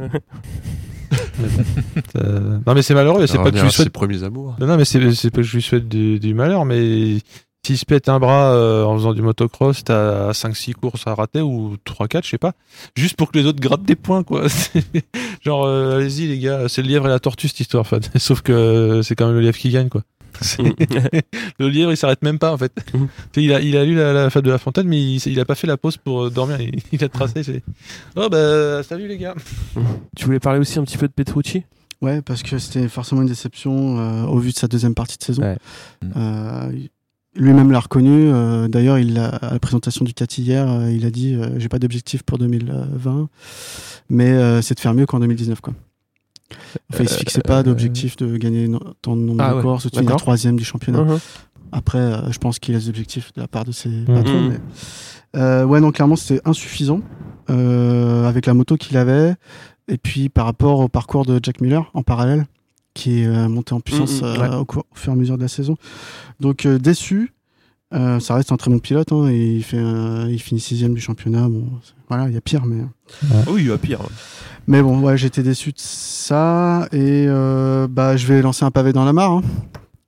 Mais bon, euh, non, mais c'est malheureux, mais c'est pas que je lui ses souhaite. premiers amours. Non, non, mais c'est c'est pas que je lui souhaite du, du malheur, mais s'il se pète un bras euh, en faisant du motocross, t'as cinq six courses à rater ou trois quatre, je sais pas, juste pour que les autres grattent des points, quoi. C'est- Genre, euh, allez-y, les gars, c'est le lièvre et la tortue cette histoire, en fait. Sauf que euh, c'est quand même le lièvre qui gagne, quoi. C'est- le lièvre, il s'arrête même pas, en fait. Tu sais, il, a, il a lu la, la fable de La Fontaine, mais il, il a pas fait la pause pour euh, dormir. Il, il a tracé. C'est... Oh, bah, salut, les gars. Tu voulais parler aussi un petit peu de Petrucci ? Ouais, parce que c'était forcément une déception euh, au vu de sa deuxième partie de saison. Ouais. Euh, lui-même l'a reconnu. euh, D'ailleurs, il a, à la présentation du C A T hier, euh, il a dit euh, j'ai pas d'objectif pour deux mille vingt, mais euh, c'est de faire mieux qu'en deux mille dix-neuf, quoi. Enfin, il se fixait pas d'objectif de gagner no- tant de nombre Ah de ouais, courses, ou de finir d'accord. troisième du championnat. Mhm. Après, euh, je pense qu'il a des objectifs de la part de ses Mhm. patrons. Mais... Euh, ouais, non, clairement, c'était insuffisant euh, avec la moto qu'il avait. Et puis, par rapport au parcours de Jack Miller en parallèle, qui est euh, monté en puissance Mhm, euh, ouais. au, cours- au fur et à mesure de la saison. Donc, euh, déçu. Euh, ça reste un très bon pilote. Hein, et il, fait, un- il finit sixième du championnat. Bon, c'est- voilà, il y a pire, mais. Oui, il va pire. Mais bon, ouais, j'étais déçu de ça. Et euh, bah, je vais lancer un pavé dans la mare. Hein. Quoi ?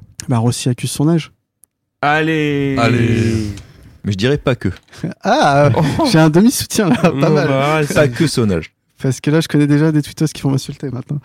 Bah, Rossi accuse son âge. Allez Allez. Mais je dirais pas que. Ah, j'ai un demi-soutien là, pas Non, mal. bah, ouais, Pas c'est- que son âge. Parce que là, je connais déjà des tweetos qui vont m'insulter maintenant.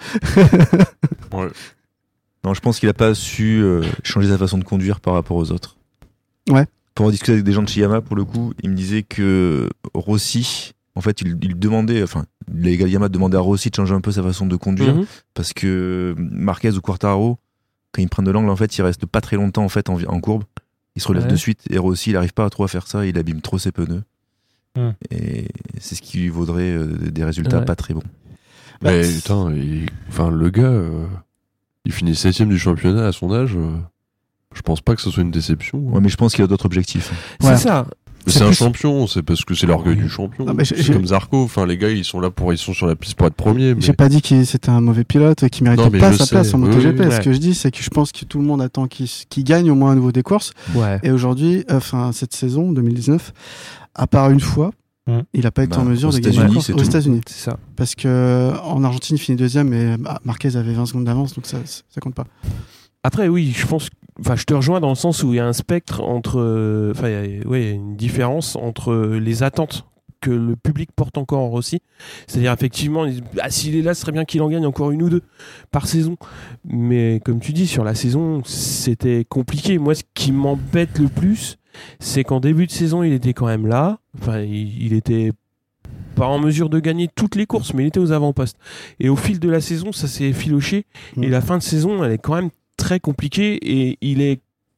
Ouais. Non, je pense qu'il a pas su euh, changer sa façon de conduire par rapport aux autres. Ouais. Pour en discuter avec des gens de chez Yamaha, pour le coup, il me disait que Rossi, en fait, il, il demandait, enfin, les gars de Yamaha demandaient à Rossi de changer un peu sa façon de conduire, Mhm. parce que Marquez ou Quartararo, quand ils prennent de l'angle, en fait, ils restent pas très longtemps en fait en, en courbe. Ils se relèvent Ouais. de suite. Et Rossi, il arrive pas à trop à faire ça. Il abîme trop ses pneus. Hmm. Et c'est ce qui lui vaudrait euh, des résultats Ouais. pas très bons. Mais Bah, putain, il- enfin, le gars, euh, il finit septième du championnat à son âge. euh, Je pense pas que ce soit une déception. Ouais, mais je pense qu'il a d'autres objectifs. C'est Ouais. ça. Mais c'est c'est un plus- champion, c'est parce que c'est l'orgueil du champion. Ah, mais j'ai- c'est j'ai- comme Zarco, enfin les gars ils sont là pour ils sont sur la piste pour être premiers. Mais... J'ai pas dit qu'il c'était un mauvais pilote et qu'il méritait Non, mais pas je sa sais. place en Oui, MotoGP. oui, Ce ouais. que je dis, c'est que je pense que tout le monde attend qu'il qu'il gagne au moins un niveau des courses. Ouais. Et aujourd'hui, enfin, cette saison, deux mille dix-neuf, à part une fois, Mm. il a pas été Bah, en mesure aux de gagner une États-Unis, course c'est aux tout. États-Unis. C'est ça. Parce que en Argentine, il finit deuxième et bah, Marquez avait vingt secondes d'avance, donc ça, ça compte pas. Après, oui, je pense. Enfin, je te rejoins dans le sens où il y a un spectre entre. euh, Enfin, il y a- ouais, il y a une différence entre les attentes que le public porte encore en Rossi. C'est-à-dire, effectivement, il- ah, s'il est là, ce serait bien qu'il en gagne encore une ou deux par saison. Mais comme tu dis, sur la saison, c'était compliqué. Moi, ce qui m'embête le plus, c'est qu'en début de saison, il était quand même là. Enfin, il, il était pas en mesure de gagner toutes les courses, mais il était aux avant-postes. Et au fil de la saison, ça s'est filoché. Mm. Et la fin de saison, elle est quand même très compliquée. Et il est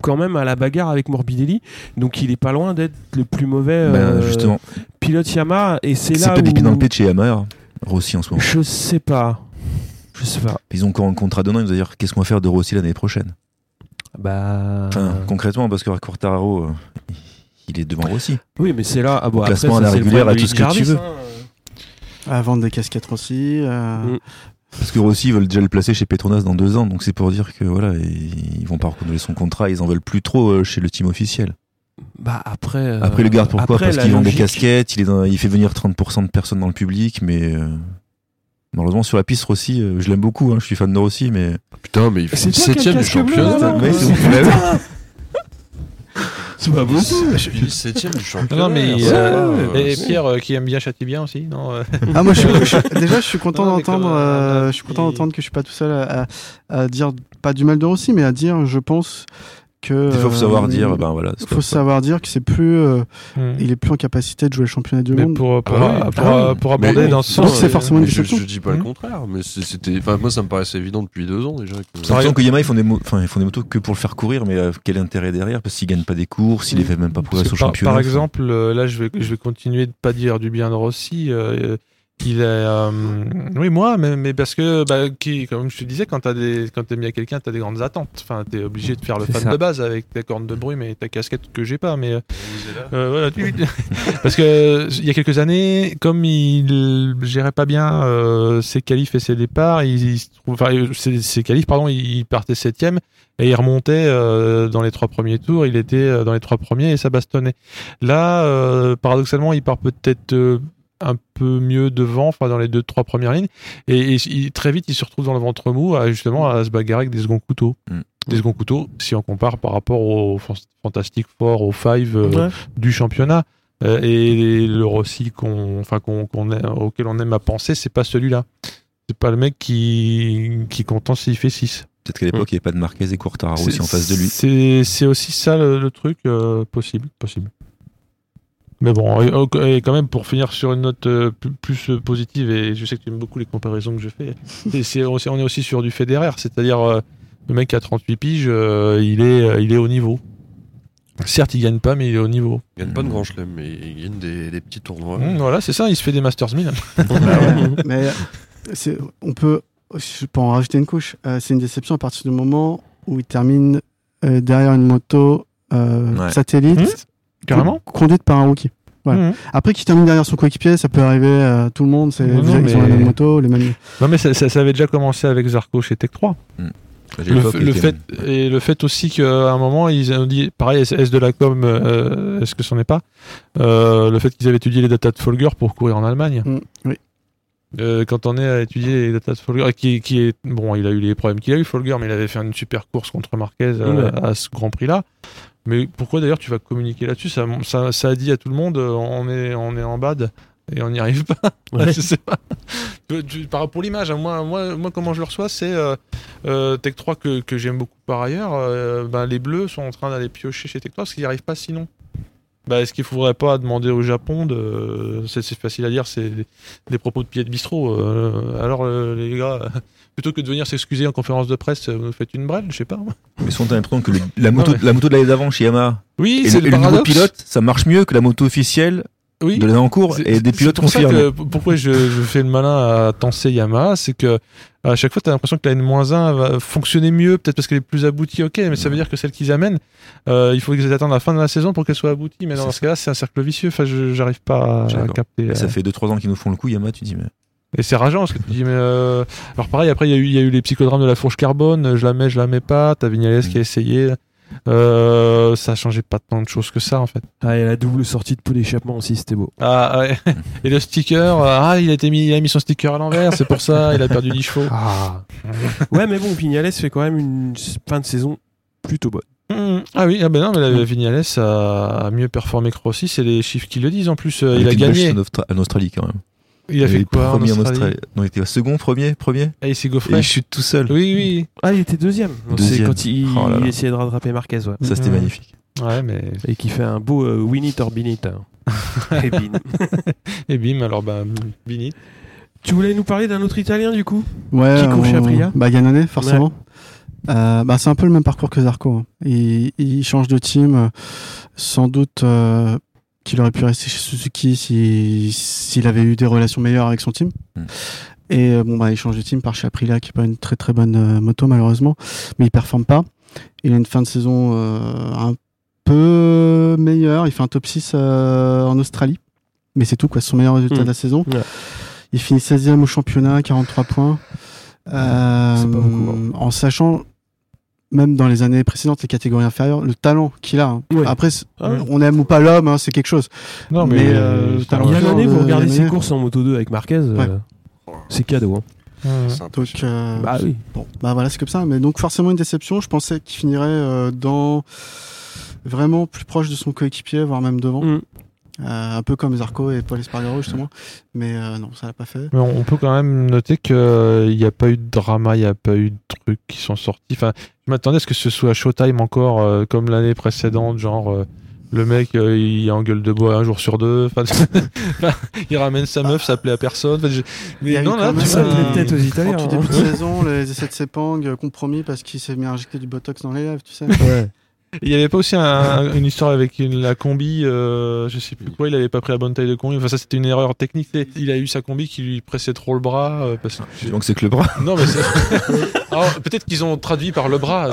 quand même à la bagarre avec Morbidelli, donc il est pas loin d'être le plus mauvais Ben, euh, justement. pilote Yamaha, et c'est, C'est là peut-être où... les pieds dans le pied de chez Yamaha, Rossi en ce moment. Je sais pas. Je sais pas. Ils ont encore un contrat d'un an, ils vont dire qu'est-ce qu'on va faire de Rossi l'année prochaine. Bah. Enfin, concrètement, parce que Quartararo, euh, il est devant Rossi. Oui, mais c'est là. Ah bon, Au après, classement, ça, à la c'est le régulière, problème à de tout ce que tu Jarvis, veux. hein. À vendre des casquettes aussi. euh, Mm. Parce que Rossi, ils veulent déjà le placer chez Petronas dans deux ans, donc c'est pour dire que voilà, ils, ils vont pas renouveler son contrat, ils en veulent plus trop euh, chez le team officiel. Bah après. euh, Après, le garde pourquoi après, Parce la qu'il vend des logique- casquettes, il, est dans- il fait venir trente pour cent de personnes dans le public, mais euh, malheureusement sur la piste, Rossi, euh, je l'aime beaucoup, hein, je suis fan de Rossi, mais. Putain, mais il C'est fait toi qui as le septième du casque bleu, championnat. là, Ouais, là c'est bon. Putain. C'est pas beau. Il est septième du championnat. Non, mais ça euh, va, et euh, Pierre euh, qui aime bien châtie bien aussi, non euh, Ah moi je suis, je suis- déjà je suis content Non, mais d'entendre comme, euh, euh, je suis content il- d'entendre que je suis pas tout seul à, à- à dire pas du mal de Rossi mais à dire je pense que Des fois, faut euh, savoir dire, ben voilà. faut stop. savoir dire que c'est plus euh, hmm. il est plus en capacité de jouer le championnat du Mais monde. pour, pour, Ah oui, pour, ah oui. pour aborder Mais- dans ce donc sens. c'est euh, forcément une mais je, déception. je dis pas le Mhm. contraire, mais c'est- c'était. Enfin, moi, ça me paraissait évident depuis deux ans déjà. que- J'ai l'impression que Yamaha, ils font, des mo- enfin, ils font des motos que pour le faire courir, mais euh, quel intérêt derrière? Parce qu'ils gagnent pas des courses, il les fait même pas Parce progresser que au par, championnat. par exemple, euh, là, je vais, je vais continuer de pas dire du bien de Rossi. euh, il est, euh, oui, moi, mais, mais parce que, bah, qui, comme je te disais, quand t'as des, quand t'aimes bien quelqu'un, t'as des grandes attentes. Enfin, t'es obligé de faire le C'est fan ça. de base avec ta corne de brume et ta casquette que j'ai pas, mais. Euh, voilà, tu- parce que il y a quelques années, comme il gérait pas bien euh, ses qualifs et ses départs, il, il se trouve, enfin, euh, ses, ses qualifs, pardon, il partait septième et il remontait euh, dans les trois premiers tours. Il était euh, dans les trois premiers et ça bastonnait. Là, euh, paradoxalement, il part peut-être euh, un peu mieux devant, enfin dans les deux trois premières lignes, et, et il- très vite il se retrouve dans le ventre mou, à, justement à se bagarrer avec des seconds couteaux. Mm. Des seconds couteaux, si on compare par rapport au Fan- Fantastic Four, au Five euh, Ouais. du championnat. Euh, et le Rossi qu'on, enfin, qu'on, qu'on a- auquel on aime à penser, c'est pas celui-là. C'est pas le mec qui, qui est content s'il fait six. Peut-être qu'à l'époque, il n'y avait pas de Marquez et Quartararo aussi en face de lui. C'est, c'est aussi ça le, le truc, euh, possible, possible. Mais bon, et, et quand même pour finir sur une note euh, plus, plus, euh, positive, et je sais que tu aimes beaucoup les comparaisons que je fais, et c'est, aussi- on est aussi sur du Federer, c'est-à-dire euh, le mec qui a trente-huit piges, euh, il, est, euh, il est au niveau. Certes, il gagne pas, mais il est au niveau. Il gagne pas de grand chelem, mais il gagne des, des petits tournois. Mmh, voilà, c'est ça, il se fait des Masters mille. Mais c'est, on peut, je peux en rajouter une couche. Euh, c'est une déception à partir du moment où il termine euh, derrière une moto euh, Ouais. satellite, Mmh, carrément. co- conduite par un rookie. Voilà. Mmh. Après qu'il termine derrière son coéquipier, ça peut arriver à tout le monde. C'est, Non, ils non, ils ont mais- la même moto, les mêmes. Non, mais ça, ça, ça avait déjà commencé avec Zarco chez Tech trois. À Le, l'époque, f- il le était- fait, et le fait aussi qu'à un moment, ils ont dit, pareil, est-ce est-ce de la com, euh, est-ce que c'en est pas euh, le fait qu'ils avaient étudié les datas de Folger pour courir en Allemagne. Mm, oui. Euh, quand on est à étudier les datas de Folger, qui, qui est, bon, il a eu les problèmes qu'il a eu, Folger, mais il avait fait une super course contre Marquez euh, Ouais. à ce Grand Prix-là. Mais pourquoi d'ailleurs tu vas communiquer là-dessus? ça, ça, ça a dit à tout le monde, euh, on est, on est en bad. Et on n'y arrive pas. Ouais. Je sais pas. Tu- tu- par rapport à l'image, hein, moi, moi, moi, comment je le reçois, c'est euh, euh, Tech trois que, que j'aime beaucoup par ailleurs. euh, ben, les Bleus sont en train d'aller piocher chez Tech trois parce qu'ils n'y arrivent pas sinon. Bah, est-ce qu'il ne faudrait pas demander au Japon de. C'est, c'est facile à dire, c'est des, des propos de pied de bistrot. euh, alors, euh, les gars, plutôt que de venir s'excuser en conférence de presse, vous nous faites une brêle, je sais pas. Mais souvent, t'as l'impression que le- la, moto, Non, mais- la moto de l'année d'avant chez Yamaha Oui, et, c'est le, le, et le nouveau paradoxe. pilote, ça marche mieux que la moto officielle Oui. de l'année en cours C'est- et des c'est pilotes pour ça confirmés. que- pourquoi je, je fais le malin à tenser Yamaha, c'est que à chaque fois, tu as l'impression que la N moins un va fonctionner mieux, peut-être parce qu'elle est plus aboutie, ok, mais ça veut dire que celle qu'ils amènent, euh, il faut qu'ils attendent la fin de la saison pour qu'elle soit aboutie. Mais C'est dans ça. ce cas-là, c'est un cercle vicieux. Enfin, je, j'arrive pas à, D'accord. à capter. Et euh. ça fait deux trois ans qu'ils nous font le coup, Yamaha, tu dis, mais. Et c'est rageant parce que tu dis, mais. euh, Alors, pareil, après, il y, a eu- il y a eu les psychodrames de la fourche carbone, je la mets, je la mets pas. T'as Vignales Mm. qui a essayé. Euh, ça a changé pas tant de choses que ça, en fait. Ah, et la double sortie de pot d'échappement aussi, c'était beau. Ah, ouais. Et le sticker, euh, ah, il a, été mis, il a mis son sticker à l'envers, c'est pour ça, il a perdu dix chevaux. Ah. Ouais, mais bon, Vignales fait quand même une fin de saison plutôt bonne. Mmh. Ah oui, ah ben non, mais la Vignales a mieux performé que Rossi, c'est les chiffres qui le disent en plus. euh, il a était gagné. En, Austra- en Australie quand même. Il a fait est quoi en premier Australie, Non, il était second, premier, premier. Ah, il s'est Et gaufré. il chute tout seul. Oui, oui. Ah, il était deuxième. C'est Deuxième. quand il, Oh là là. il essayait de rattraper Marquez, ouais. Ça, c'était Mhm. magnifique. Ouais, mais. Et qui fait un beau euh, win it or bin it. hein. Et bin. Et bim, alors bah, Bini. Tu voulais nous parler d'un autre Italien, du coup Ouais, Qui court chez on- Aprilia Bah, Yannone, forcément. Euh, bah, c'est un peu le même parcours que Zarco. Hein. Il, il change de team, euh, sans doute euh, qu'il aurait pu rester chez Suzuki si, s'il avait eu des relations meilleures avec son team. Mm. Et euh, bon, bah, il change de team par chez Aprilia, qui n'est pas une très très bonne euh, moto malheureusement, mais il performe pas. Il a une fin de saison euh, un peu meilleure. Il fait un top six euh, en Australie, mais c'est tout, quoi. C'est son meilleur résultat mm. de la saison. Ouais. Il finit seizième au championnat, quarante-trois points. Euh, c'est pas beaucoup, hein. En sachant, même dans les années précédentes, les catégories inférieures, le talent qu'il a. Hein. Ouais. Après, ah ouais. on aime ou pas l'homme, hein, c'est quelque chose. Non, mais, mais euh, euh, il y a l'année, vous regardez ses courses en Moto deux avec Marquez, ouais. euh, c'est cadeau. Hein. Mmh. Donc, euh, bah oui. Bon, bah voilà, c'est comme ça. Mais donc forcément une déception. Je pensais qu'il finirait euh, dans vraiment plus proche de son coéquipier, voire même devant. Mmh. Euh, un peu comme Zarco et Paul Espargaro justement, mais euh, non, ça l'a pas fait. Mais on peut quand même noter qu'il n'y a pas eu de drama, il n'y a pas eu de trucs qui sont sortis. Enfin, je m'attendais à ce que ce soit Showtime encore, euh, comme l'année précédente, genre euh, le mec euh, il engueule de bois un jour sur deux, enfin, il ramène sa meuf, ça plaît à personne. Enfin, je... Mais il y a non, eu là, tu ça plaît peut-être aux Italiens. En tout début de saison, les essais de Sepang compromis parce qu'il s'est mis à injecter du botox dans les lèvres, tu sais. Ouais. Il n'y avait pas aussi un, une histoire avec une, la combi, euh, je sais plus quoi, il avait pas pris la bonne taille de combi. Enfin, ça c'était une erreur technique. Il a eu sa combi qui lui pressait trop le bras. Euh, parce que... Donc c'est que le bras. Non, mais c'est... Alors, peut-être qu'ils ont traduit par le bras.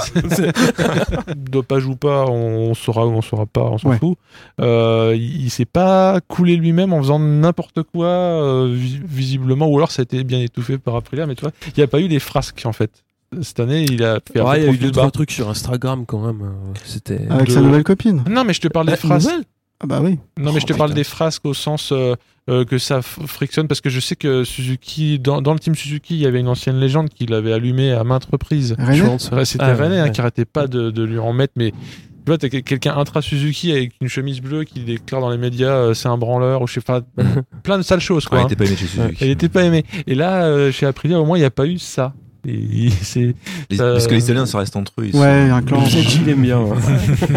Dopage ou pas, on, on saura ou on saura pas, on s'en ouais. fout. Euh, il, il s'est pas coulé lui-même en faisant n'importe quoi, euh, vis- visiblement, ou alors ça a été bien étouffé par Aprilia. Mais tu vois, il n'y a pas eu les frasques en fait. Cette année, il a fait un ouais, peu il y a eu deux trois trucs sur Instagram quand même. C'était avec de... sa nouvelle copine. Non, mais je te parle ah, des frasques. Ah bah oui. Non, mais oh, je te putain. parle des frasques au sens euh, euh, que ça f- frictionne parce que je sais que Suzuki, dans, dans le team Suzuki, il y avait une ancienne légende qui l'avait allumé à maintes reprises. René ouais, c'était ah, René ouais. hein, qui arrêtait pas de, de lui en mettre, mais. Tu vois, t'as quelqu'un intra-Suzuki avec une chemise bleue qui déclare dans les médias euh, c'est un branleur ou je sais pas, plein de sales choses quoi. Ah, hein. il était pas aimé chez Suzuki. Il était pas aimé. Et là, euh, chez Aprilia, au moins, il n'y a pas eu ça. Et c'est, les, euh... Parce que les Italiens, ça reste entre eux. Ils ouais, sont... un clan. Il aime bien. Hein.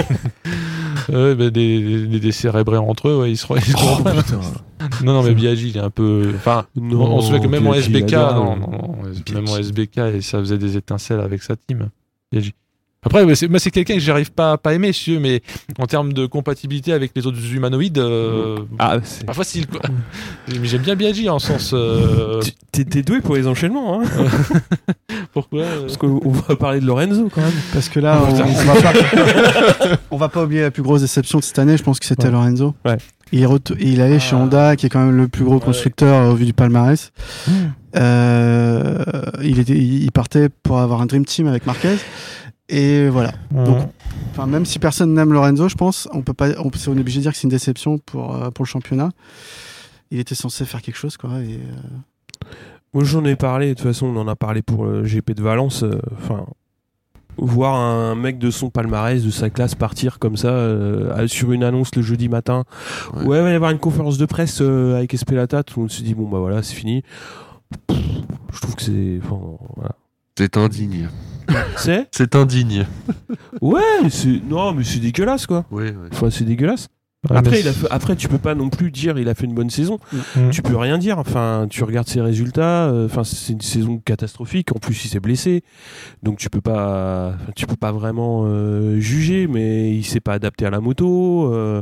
ouais, bah, des, des décérébrés entre eux, ouais, ils se oh, Non, non, mais Biaggi, il est un peu. Enfin, non, on se souvient que même en S B K, non, non, non, même en S B K, et ça faisait des étincelles avec sa team. Biaggi. Après, c'est, moi, c'est quelqu'un que j'arrive pas à pas aimer, si tu veux, mais en termes de compatibilité avec les autres humanoïdes, euh, ah, c'est pas facile, quoi. Mais j'aime bien Biaggi en sens. Euh... T'es, t'es doué pour les enchaînements, hein. Pourquoi Parce qu'on va parler de Lorenzo quand même. Parce que là, on, on, va, pas, on va pas oublier la plus grosse déception de cette année, je pense que c'était ouais. Lorenzo. Ouais. Il, ret- il allait ah. chez Honda, qui est quand même le plus gros constructeur ouais. au vu du palmarès. Mmh. Euh, il, était, il partait pour avoir un Dream Team avec Marquez. Et voilà. Mmh. Donc, enfin, même si personne n'aime Lorenzo, je pense, on peut pas, on, on est obligé de dire que c'est une déception pour euh, pour le championnat. Il était censé faire quelque chose, quoi. Et euh... moi, j'en ai parlé. De toute façon, on en a parlé pour le G P de Valence. Enfin, euh, voir un mec de son palmarès, de sa classe, partir comme ça euh, sur une annonce le jeudi matin. Ouais, ouais il va y avoir une conférence de presse euh, avec Espelata. Tout le monde se dit bon bah voilà, c'est fini. Pff, je trouve que c'est, enfin, voilà. C'est indigne. C'est C'est indigne. Ouais, mais c'est... non, mais c'est dégueulasse, quoi. Ouais, ouais. Enfin, c'est dégueulasse. Ouais, après, il a fait... après, tu peux pas non plus dire il a fait une bonne saison. Mmh. Tu peux rien dire. Enfin, tu regardes ses résultats. Enfin, c'est une saison catastrophique. En plus, il s'est blessé, donc tu peux pas, tu peux pas vraiment euh, juger. Mais il s'est pas adapté à la moto. Euh...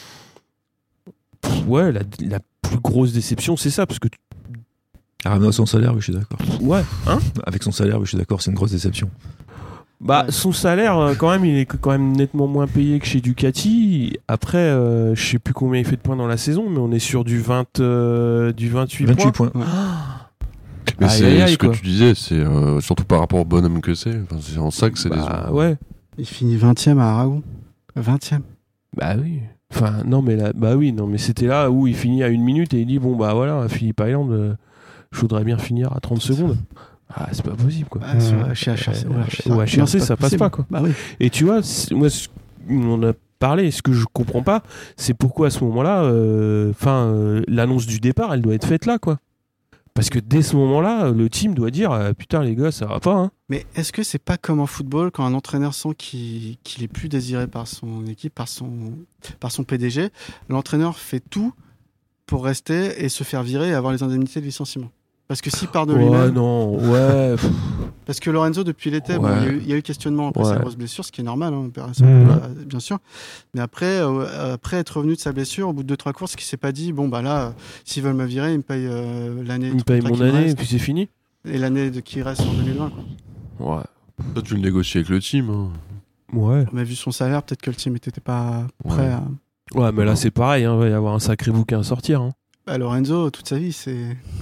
Pff, ouais, la... la plus grosse déception, c'est ça, parce que. Tu... Ah, mais son salaire, oui, je suis d'accord. Ouais, hein ? Avec son salaire, oui, je suis d'accord, c'est une grosse déception. Bah, ouais. Son salaire, quand même, il est quand même nettement moins payé que chez Ducati. Après, euh, je sais plus combien il fait de points dans la saison, mais on est sur du vingt, euh, du vingt-huit, vingt-huit points. points. Ah. Mais aïe, c'est aïe, aïe, ce quoi. que tu disais, c'est euh, surtout par rapport au bonhomme que c'est. Enfin, c'est en ça que c'est bah, décevant. Ouais. Il finit vingtième à Aragon. vingtième. Bah oui. Enfin, non, mais là, bah oui, non, mais c'était là où il finit à une minute et il dit bon, bah voilà, Philippe Island, euh, je voudrais bien finir à trente secondes. Ah, c'est pas possible, quoi. Ah, sur, chez H R C, euh, ouais, H R C, ça passe pas, quoi. Bah oui. Et tu vois, moi, on a parlé, ce que je comprends pas, c'est pourquoi à ce moment-là, enfin, euh, euh, l'annonce du départ, elle doit être faite là, quoi. Parce que dès ce moment-là, le team doit dire euh, putain, les gars, ça va pas, hein. Mais est-ce que c'est pas comme en football, quand un entraîneur sent qu'il, qu'il est plus désiré par son équipe, par son, par son P D G, l'entraîneur fait tout pour rester et se faire virer et avoir les indemnités de licenciement? Parce que s'il part de Ouais, lui-même. non, ouais. pff, Parce que Lorenzo, depuis l'été, bon, Ouais. il y a eu- il y, a eu questionnement après Ouais. sa grosse blessure, ce qui est normal, hein, ça, Mmh. bah, bien sûr. Mais après, euh, après être revenu de sa blessure, au bout de deux trois courses, il s'est pas dit bon bah là, euh, s'ils veulent me virer, ils me payent euh, l'année. il de me paye contrat mon qui me année et reste, puis c'est fini. et l'année de- qui reste en deux mille vingt. Quoi. Ouais. Toi, tu le négocies avec le team. Hein. Ouais. On a vu son salaire, peut-être que le team n'était pas prêt. Ouais. À... Ouais, mais là c'est pareil, hein, il va y avoir un sacré bouquin à sortir. Hein. Bah, Lorenzo, toute sa vie, c'est.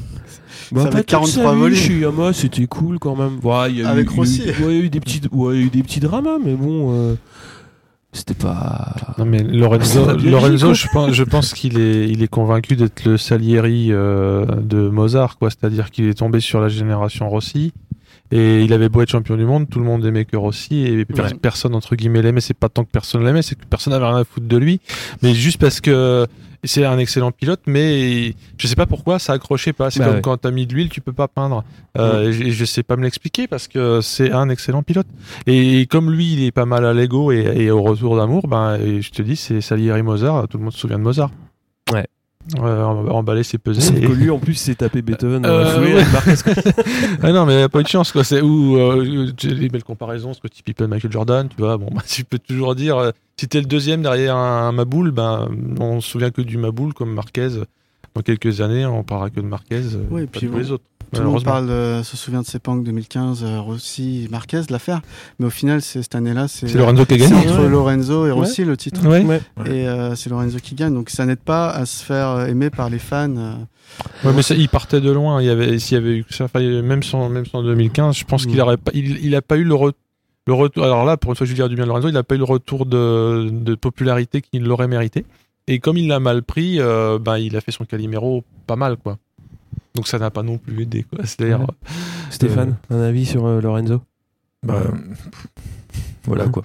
Bah, Ça va pas être toute sa quarante-trois vie, volumes. chez Yamaha, c'était cool quand même. Ouais, il y a Avec eu, il y a eu- Rossi. ouais, il y a eu des petits, ouais, il y a eu des petits dramas, mais bon, euh, c'était pas. Non mais Ça Lorenzo, va bien Lorenzo, quoi. je pense, je pense qu'il est, il est convaincu d'être le Salieri euh, de Mozart, quoi. C'est-à-dire qu'il est tombé sur la génération Rossi et il avait beau être champion du monde, tout le monde aimait que Rossi et per- Ouais. personne entre guillemets l'aimait. C'est pas tant que personne l'aimait, c'est que personne n'avait rien à foutre de lui, mais juste parce que c'est un excellent pilote, mais je sais pas pourquoi ça accrochait pas. C'est Bah comme ouais. quand t'as mis de l'huile, tu peux pas peindre. Euh, et je, et je sais pas me l'expliquer parce que c'est un excellent pilote. Et comme lui, il est pas mal à l'ego et, et au retour d'amour, ben, et je te dis, c'est Salieri Mozart. Tout le monde se souvient de Mozart. Ouais. Euh, emballer, c'est peser. Sauf et- que lui en plus s'est tapé Beethoven dans la Euh, foulée ouais. avec Marquez, quoi. ah non, mais il n'y a pas eu de chance, quoi. C'est où, euh, j'ai des belles comparaisons, Scottie Pippen, Michael Jordan, tu vois. Bon, bah, tu peux toujours dire, euh, si t'es le deuxième derrière un, un Maboul, ben, on se souvient que du Maboul, comme Marquez. Dans quelques années, on parlera que de Marquez, euh, Oui, et pas puis de bon, les autres. Tout le monde malheureusement. parle, euh, se souvient de Sepang deux mille quinze, euh, Rossi, Marquez, de l'affaire. Mais au final, c'est, cette année-là, c'est, C'est Lorenzo qui a c'est gagné. entre Ouais. Lorenzo et Rossi le titre. Ouais. Ouais. Et euh, c'est Lorenzo qui gagne. Donc ça n'aide pas à se faire euh, aimer par les fans. euh. Ouais, mais ça, il partait de loin. Il y avait, s'il y avait eu que ça, enfin, même sans, même sans deux mille quinze, je pense Mm. qu'il aurait pas, il, il a pas eu le, re- le retour. Alors là, pour une fois, je veux dire du bien de Lorenzo, il a pas eu le retour de, de popularité qu'il l'aurait mérité. Et comme il l'a mal pris, euh, ben, il a fait son Calimero pas mal, quoi. Donc ça n'a pas non plus aidé, quoi. C'est-à-dire, Ouais. Stéphane, un avis sur euh, Lorenzo? Bah, euh, voilà quoi.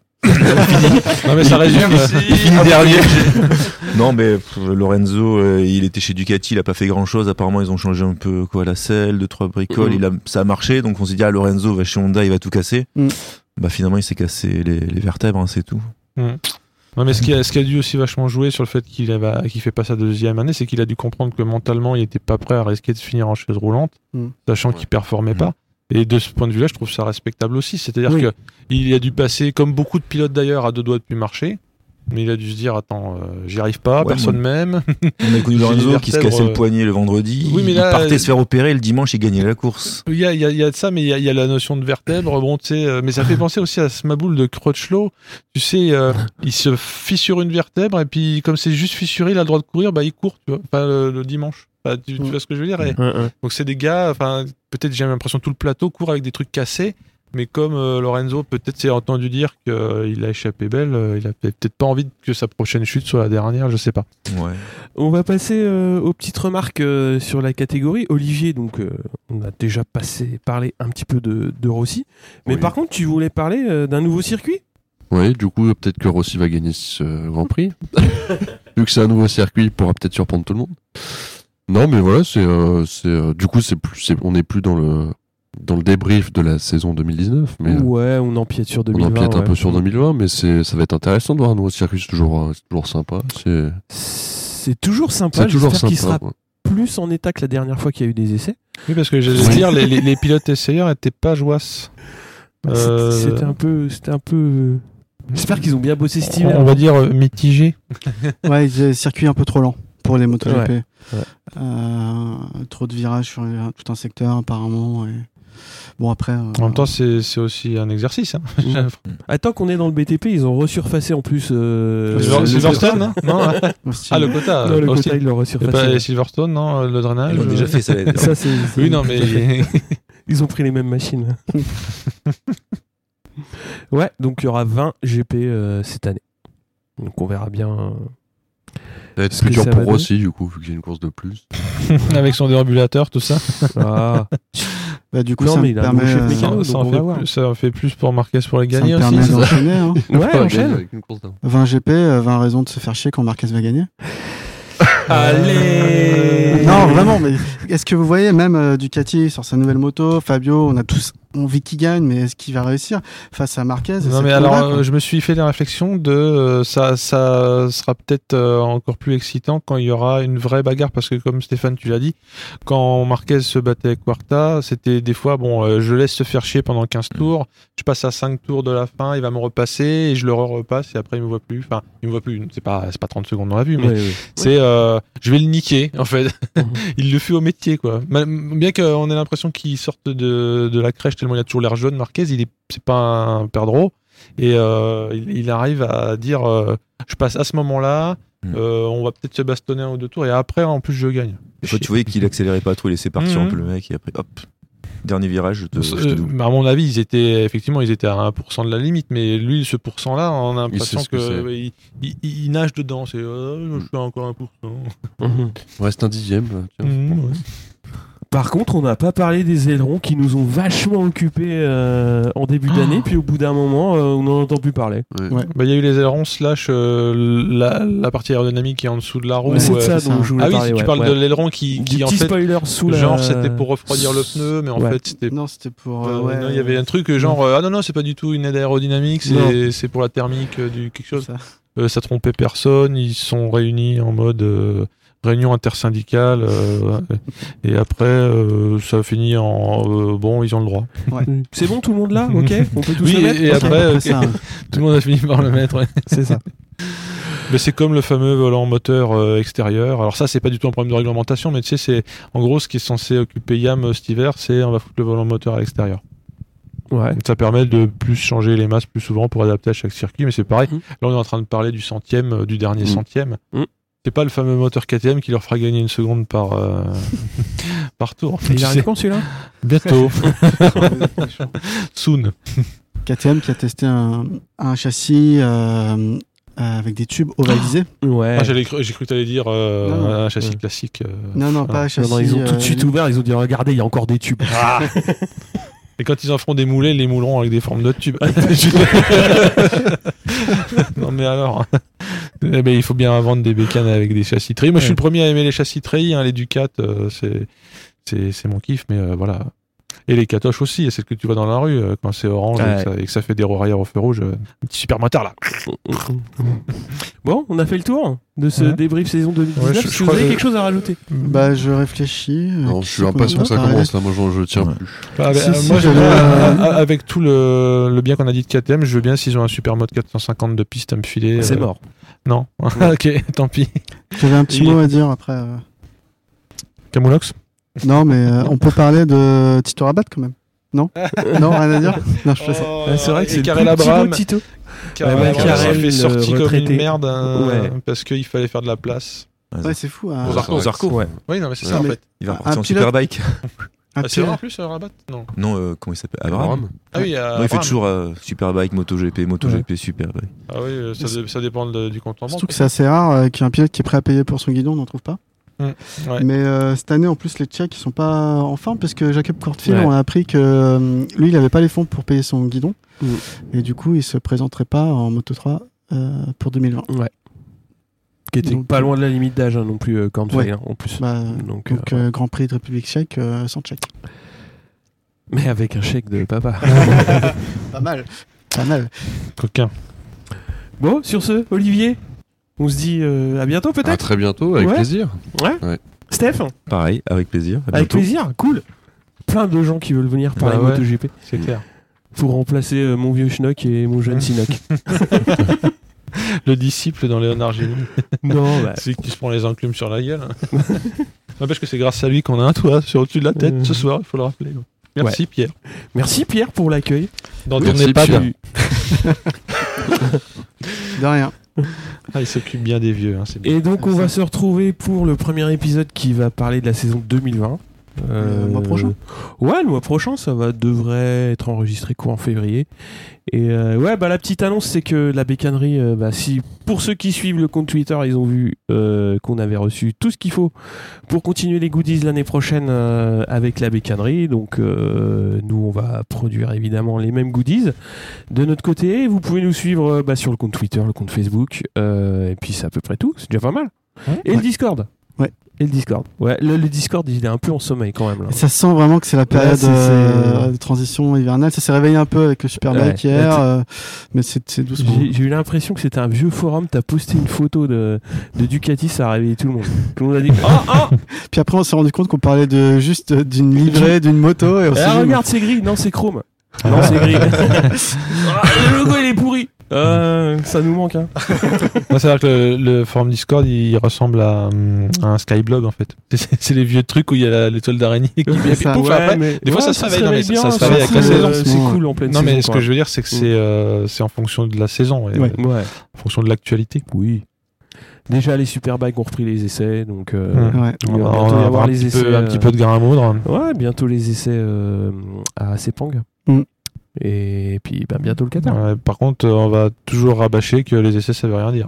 non mais ça résume. euh, il finit dernier. Non, mais pff, Lorenzo, euh, il était chez Ducati, il a pas fait grand chose. Apparemment, ils ont changé un peu quoi, la selle, deux trois bricoles. Mhm. Il a, ça a marché, donc on s'est dit ah Lorenzo va chez Honda, il va tout casser. Mhm. Bah finalement, il s'est cassé les, les vertèbres, hein, c'est tout. Mm. Non mais ce qui, a, ce qui a dû aussi vachement jouer sur le fait qu'il avait, qu'il fait pas sa deuxième année, c'est qu'il a dû comprendre que mentalement il était pas prêt à risquer de finir en chaise roulante, Mm. sachant qu'il performait pas. Et de ce point de vue-là, je trouve ça respectable aussi. C'est-à-dire Oui. que il a dû passer, comme beaucoup de pilotes d'ailleurs, à deux doigts de plus marcher. Mais il a dû se dire attends, euh, j'y arrive pas, Ouais, personne moi- m'aime. On a connu J'ai Lorenzo les qui se vertèbres, cassait euh, le poignet le vendredi. Oui, mais il là, partait euh, se faire opérer le dimanche, il gagnait la course. Il y a, il y, a, il y a de ça, mais il y a, il y a la notion de vertèbre. Bon, tu sais, euh, mais ça fait penser aussi à ce maboule de Crutchlow. Tu sais, euh, il se fissure une vertèbre et puis comme c'est juste fissuré, il a le droit de courir, bah il court, tu vois, enfin, le, le dimanche. Enfin, tu, tu Mm. vois ce que je veux dire et- Ouais, ouais. Donc c'est des gars, enfin peut-être j'ai l'impression que tout le plateau court avec des trucs cassés, mais comme euh, Lorenzo peut-être s'est entendu dire qu'il a échappé belle, euh, il a peut-être pas envie que sa prochaine chute soit la dernière, je sais pas. Ouais. On va passer euh, aux petites remarques euh, sur la catégorie. Olivier, donc euh, on a déjà passé, parlé un petit peu de, de Rossi. Mais Oui. par contre, tu voulais parler euh, d'un nouveau circuit? Ouais, du coup, peut-être que Rossi va gagner ce Grand Prix. Vu que c'est un nouveau circuit, il pourra peut-être surprendre tout le monde. Non, mais voilà, c'est, euh, c'est, euh, du coup, c'est plus, c'est, on n'est plus dans le, dans le débrief de la saison deux mille dix-neuf, mais euh, Ouais, on empiète sur deux on mille vingt. empiète un ouais. peu sur deux mille vingt, mais c'est, ça va être intéressant de voir un nouveau circuit, c'est toujours, euh, c'est toujours sympa. C'est, C'est toujours sympa. c'est toujours J'espère qu'il sympa. sera ouais. plus en état que la dernière fois qu'il y a eu des essais. Oui, parce que j'allais Oui. dire, les, les, les pilotes essayeurs étaient pas joasses. Euh, C'était c'était un peu, c'était un peu. J'espère qu'ils ont bien bossé cet hiver. on va dire euh, mitigé. Ouais, il y a des circuits un peu trop lents pour les MotoGP. Ouais, ouais. Euh, trop de virages sur euh, tout un secteur apparemment. Et... Bon après. euh, En même temps, c'est c'est aussi un exercice. Hein. Attends qu'on est dans le B T P, ils ont resurfacé en plus. Euh, Silver- le- Silverstone, non, non ouais. Austin. Ah, le quota. Non, le aussi. quota, ils l'ont Et resurfacé. pas Silverstone, non, le drainage. Ils l'ont déjà fait, ça. les- Ça, c'est- Oui, non, mais. Ils ont pris les mêmes machines. Ouais, donc il y aura vingt G P euh, cette année. Donc on verra bien. euh, Ça va être Ce plus que dur ça pour va donner. Rossi, du coup, vu qu'il y a une course de plus. Avec son déambulateur, tout ça. Ah. Bah, du coup, Non, ça mais me il a un permet, bon chef euh, mécano. Ça, ça donc en on fait va voir. plus, ça en fait plus pour Marquez pour les ça gagner me aussi. permet c'est ça d'enchaîner. Hein. Ouais, enchaîne. Avec une course d'avant. vingt G P, euh, vingt raisons de se faire chier quand Marquez va gagner. Allez. Non, vraiment, mais est-ce que vous voyez même euh, Ducati sur sa nouvelle moto, Fabio, on a tous envie qu'il gagne, mais est-ce qu'il va réussir face à Marquez? Non, mais alors, euh, je me suis fait des réflexions de euh, ça, ça sera peut-être euh, encore plus excitant quand il y aura une vraie bagarre, parce que comme Stéphane, tu l'as dit, quand Marquez se battait avec Quarta, c'était des fois, bon, euh, je laisse se faire chier pendant quinze tours, je passe à cinq tours de la fin, il va me repasser, et je le repasse, et après il me voit plus. Enfin, il me voit plus, c'est pas, c'est pas trente secondes dans la vue, mais Oui, oui. c'est, euh, je vais le niquer, en fait. Il le fait au métier, quoi. Bien qu'on ait l'impression qu'il sorte de, de la crèche tellement il a toujours l'air jeune, Marquez, il est, c'est pas un perdreau. Et euh, il, il arrive à dire euh, je passe à ce moment-là, mm. euh, on va peut-être se bastonner un ou deux tours, et après, en plus, je gagne. Des fois, tu voyais qu'il accélérait pas trop, il laissait partir mm-hmm. un peu le mec, et après, hop, dernier virage, je te, je te euh, double. À mon avis, ils étaient, effectivement, ils étaient à un pour cent de la limite, mais lui, ce pourcent-là, on a l'impression il que, que il, il, il nage dedans. C'est euh, je suis encore un pour cent. Mm-hmm. Il reste un dixième. Là, tiens, mm-hmm, ouais. Par contre, on n'a pas parlé des ailerons qui nous ont vachement occupés euh, en début Oh. d'année, puis au bout d'un moment, euh, on n'en entend plus parler. Ouais. Ouais. Bah, il y a eu les ailerons slash euh, la, la partie aérodynamique qui est en dessous de la roue. Ouais, c'est euh, ça c'est dont ça. je voulais Ah oui, parler. tu ouais, parles ouais. de l'aileron qui, Du qui en petit fait, spoiler sous la... genre c'était pour refroidir le pneu, mais en Ouais. fait c'était Non, c'était pour. Euh, euh, ouais, non, il y avait un truc euh, genre euh, ah non non c'est pas du tout une aide aérodynamique, c'est c'est pour la thermique euh, du quelque chose. Ça. Euh, ça trompait personne, ils se sont réunis en mode euh, réunion intersyndicale euh, et après euh, ça a fini en euh, bon ils ont le droit. C'est bon, tout le monde là, ok. On peut tous Oui, le mettre. et Ok, après après ok. ça, hein. Tout le monde a fini par le mettre. Ouais. C'est ça. Mais c'est comme le fameux volant moteur euh, extérieur. Alors ça, c'est pas du tout un problème de réglementation, mais tu sais, c'est en gros ce qui est censé occuper Yam euh, cet hiver, c'est on va foutre le volant moteur à l'extérieur. Ouais. Donc, ça permet de plus changer les masses plus souvent pour adapter à chaque circuit, mais c'est pareil. Mmh. Là, on est en train de parler du centième, euh, du dernier Mmh. centième. Mmh. C'est pas le fameux moteur K T M qui leur fera gagner une seconde par euh, par tour. Il Tu arrive sais. quand celui-là? Bientôt. Soon. K T M qui a testé un, un châssis euh, avec des tubes ovalisés. Ouais. Ah, j'allais cru- j'ai cru que t'allais dire euh, Non, non. un châssis Ouais. classique. euh. Non, non, pas un Non, châssis. non, ils ont tout de euh, suite ouvert, ils ont dit regardez, il y a encore des tubes. Et quand ils en feront des moulets, ils les mouleront avec des formes de tubes. Non mais alors, eh ben, il faut bien vendre des bécanes avec des châssis treillis. Moi, je suis Ouais. le premier à aimer les châssis treillis, hein, les Ducat, euh, c'est c'est c'est mon kiff, mais euh, voilà. Et les catoches aussi, c'est ce que tu vois dans la rue euh, quand c'est orange Ouais. et, que ça, et que ça fait des roues arrière au feu rouge. euh, un petit super moteur là. Bon, on a fait le tour de ce Ouais. débrief saison deux mille dix-neuf. Ouais, je- Est-ce je que vous crois avez que- quelque chose à rajouter? Bah, je réfléchis. Non, Euh, je qui suis c'est impatient qu'on que ça a parlé commence là. Moi, je, je tiens Ouais. plus. Bah, avec- Si, euh, si, moi, j'avais, j'aimerais, euh, euh, avec tout le, le bien qu'on a dit de K T M, je veux bien s'ils ont un super mode quatre cent cinquante de piste à me filer. C'est euh, mort. Non. Ok, tant pis. J'avais un petit Il- mot à dire après. euh. Camoulox. Non, mais euh, on peut parler de Tito Rabat quand même. Non Non, rien à dire. Non, je fais ça. Ouais, c'est vrai que Et c'est le Karel plus petit Abraham. beau Tito. Karel Ouais, ouais, Abraham s'est Karel, fait sorti le comme retraité. une merde hein, Ouais. parce qu'il fallait faire de la place. Ouais, c'est fou. hein. Aux Zarco. Zarco. Ouais. Oui, non, mais c'est Ouais, ça en mais- fait. Il va Un repartir en pilote- superbike. Un Ah, c'est pilote- vrai en plus, euh, Rabat Non. Non, euh, comment il s'appelle Abraham. Abraham. Ah oui, euh, Non, il fait Abraham. toujours euh, superbike, MotoGP, MotoGP, superbike. Ah oui, euh, ça, dé- ça dépend de- du compte en banque. Surtout que c'est assez rare euh, qu'il y ait un pilote qui est prêt à payer pour son guidon, on n'en trouve pas. Ouais. Mais euh, cette année, en plus, les Tchèques, ils sont pas en forme parce que Jacob Courtfield, Ouais. on a appris que euh, lui, il avait pas les fonds pour payer son guidon. Mm. Et du coup, il se présenterait pas en Moto trois euh, pour deux mille vingt. Ouais. Qui était Donc, pas loin de la limite d'âge hein, non plus, euh, Kornfeld, Ouais. hein, en plus. Bah, Donc, donc, euh, euh, Grand Prix de République tchèque euh, sans tchèque. mais avec un chèque de papa. Pas mal. Pas mal. Coquin. Bon, sur ce, Olivier, on se dit euh, à bientôt À peut-être. très bientôt, avec Ouais. plaisir. Steph, Pareil, avec plaisir. À avec bientôt. plaisir, cool. Plein de gens qui veulent venir parler Bah ouais. MotoGP C'est clair. pour remplacer euh, mon vieux Schnock et mon jeune Sinoc. Le disciple dans Léonard Génie. Non, bah, Celui qui se prend les enclumes sur la gueule. N'empêche que c'est grâce à lui qu'on a un toit sur au-dessus de la tête Euh. ce soir, il faut le rappeler. Merci Pierre. merci Pierre pour l'accueil. Dans Merci, ton EHPAD. Pierre. De rien. Ah, il s'occupe bien des vieux. Hein, c'est bien. Et donc on va se retrouver pour le premier épisode qui va parler de la saison deux mille vingt. Le mois prochain. Ouais, le mois prochain, ça va devrait être enregistré courant février. Et euh, ouais, bah la petite annonce, c'est que la bécannerie, euh, bah, si pour ceux qui suivent le compte Twitter, ils ont vu euh, qu'on avait reçu tout ce qu'il faut pour continuer les goodies l'année prochaine euh, avec la bécannerie. Donc euh, nous, on va produire évidemment les mêmes goodies de notre côté. Vous pouvez nous suivre euh, bah, sur le compte Twitter, le compte Facebook, euh, et puis c'est à peu près tout. C'est déjà pas mal. Et le Discord. Ouais. Et le Discord. Ouais, le, le Discord, il est un peu en sommeil quand même. Là. Et ça sent vraiment que c'est la période Ouais, c'est- euh, de transition hivernale. Ça s'est réveillé un peu avec le Superbike Ouais. hier, Ouais, euh, mais c'est, c'est doucement. J'ai, j'ai eu l'impression que c'était un vieux forum. T'as posté une photo de, de Ducati, ça a réveillé tout le monde. Tout le monde a dit ah ah. Puis après, on s'est rendu compte qu'on parlait de juste d'une livrée, d'une moto. Et on s'est Ah, dit, regarde, c'est gris. Non, c'est chrome. Non, c'est gris. Ah, le logo, il est pourri. Euh, ça nous manque. Hein. Moi, c'est vrai que le, le forum Discord, il ressemble à, hum, à un Skyblog en fait. C'est, c'est les vieux trucs où il y a la- l'étoile d'araignée qui vient C'est puis ça. pouf, Ouais, après. mais- Des fois, ouais, ça se réveille. Non, mais ça- bien, ça se c'est réveille avec cool, la saison. euh, C'est cool en pleine Non, saison. mais ce quoi. que je veux dire, c'est que c'est, euh, c'est en fonction de la saison, et, Ouais. euh, Ouais. en fonction de l'actualité. Oui. Déjà, les Superbikes ont repris les essais, donc euh, Ouais. Ouais. il va On va bientôt y avoir avoir un, les petit essais. peu, un euh, petit peu de grain à moudre. Ouais, bientôt les essais euh, à Sepang. Mm. Et puis bah, bientôt le Qatar. Ouais, par contre, euh, on va toujours rabâcher que les essais, ça veut rien dire.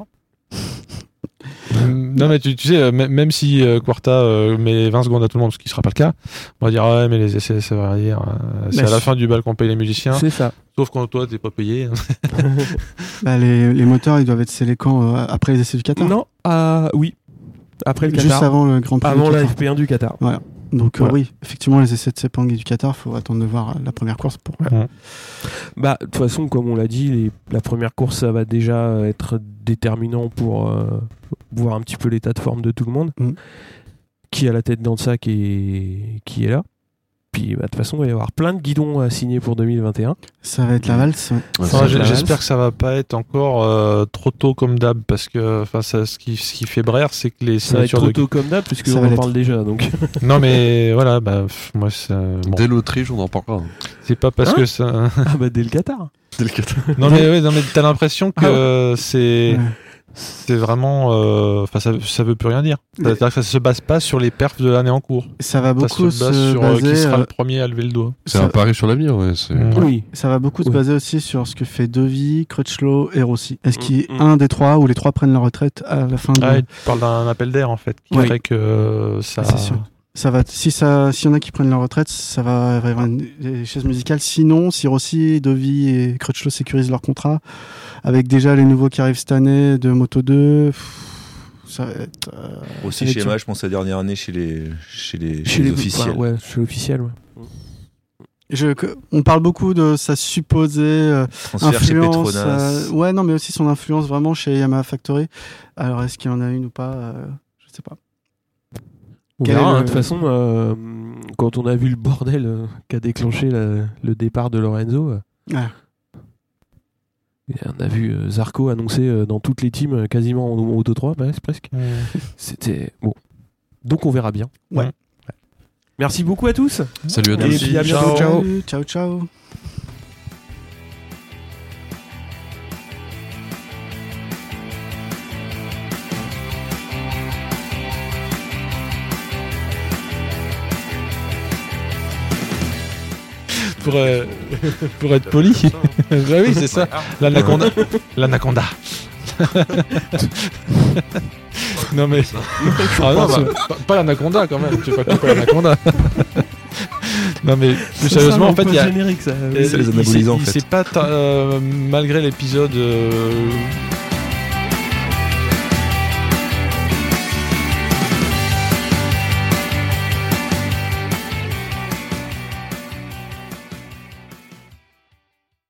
Non, mais tu, tu sais, euh, m- même si euh, Quarta euh, met vingt secondes à tout le monde, ce qui sera pas le cas, on va dire ouais, mais les essais, ça veut rien dire. Euh, c'est Mais à la je- fin du bal qu'on paye les musiciens. C'est ça. Sauf quand toi, t'es pas payé. hein. Bah, les, les moteurs, ils doivent être scellés quand euh, après les essais du Qatar. Non, ah oui. Après le Juste Qatar. avant le Grand Prix. Avant du la Qatar. F P un du Qatar. Donc euh, Voilà. oui, effectivement, les essais de Sepang et du Qatar, faut attendre de voir la première course pour. Bah, de toute façon, comme on l'a dit, les- la première course, ça va déjà être déterminant pour euh, voir un petit peu l'état de forme de tout le monde. Mm. Qui a la tête dans le sac et qui est là. Puis, bah, de toute façon, il va y avoir plein de guidons à signer pour deux mille vingt et un. Ça va être la valse. ouais. Ouais, Enfin, c'est- j- la J'espère valse. que ça va pas être encore euh, trop tôt comme d'hab, parce que enfin, ça, ce, qui, ce qui fait brère, c'est que les Ça va être signatures trop de. tôt comme d'hab, puisque Ça on va en l'être. parle déjà. Donc. Non, mais voilà, bah, pff, moi, ça- bon, Dès l'Autriche, on en parlera. c'est pas parce Hein que ça. ah bah, dès le Qatar. Dès le Qatar. Non, mais, ouais, non, mais t'as l'impression que Ah euh, c'est. Ouais. C'est vraiment. euh, Enfin, ça, ça veut plus rien dire. C'est-à-dire que ça se base pas sur les perfs de l'année en cours. Ça va Ça beaucoup se base se sur euh, baser. qui sera euh, le premier à lever le doigt. C'est ça- un pari sur l'avenir, ouais. C'est... Mm. Oui. Ça va beaucoup se Oui. baser aussi sur ce que fait Dovi, Crutchlow et Rossi. Est-ce qu'il y Mm, a mm. un des trois ou les trois prennent leur retraite à la fin de... Ah, et tu parles d'un appel d'air en fait, qui Oui. ferait que euh, ça. C'est sûr. Ça va, si ça, s'il y en a qui prennent leur retraite, ça va, va y avoir une, des chaises musicales. Sinon, si Rossi, Dovi et Crutchlow sécurisent leur contrat, avec déjà les nouveaux qui arrivent cette année de Moto deux, pff, ça va être. euh, Aussi ça va chez être M H, je pense la dernière année chez les, chez les, Chez les officiels. enfin, ouais, chez l'officiel, ouais. Je, que- on parle beaucoup de sa supposée euh, Transfert chez influence. Petronas. euh, ouais, non, mais aussi son influence vraiment chez Yamaha Factory. Alors, est-ce qu'il y en a une ou pas euh, Je sais pas. On Quel verra, est hein. le- De toute façon, euh, quand on a vu le bordel euh, qu'a déclenché la- le départ de Lorenzo, euh, Ah. et on a vu euh, Zarco annoncer euh, dans toutes les teams, euh, quasiment en Auto trois, bah, c'est presque. Mm. C'était bon. Donc on verra bien. Ouais. Merci beaucoup à tous. Salut à Et tous. puis à bientôt. Ciao. Salut, ciao, ciao. Pour, euh, pour être poli. Bah oui, c'est ça. L'anaconda. L'anaconda. Non mais. Ah non, bah, pas, pas l'anaconda quand même. Tu fais pas tout pour l'anaconda. Non mais plus sérieusement, en fait, il y a. générique ça. Euh, C'est les il anabolisants, s'est- en il fait. s'est pas ta- euh, malgré l'épisode euh,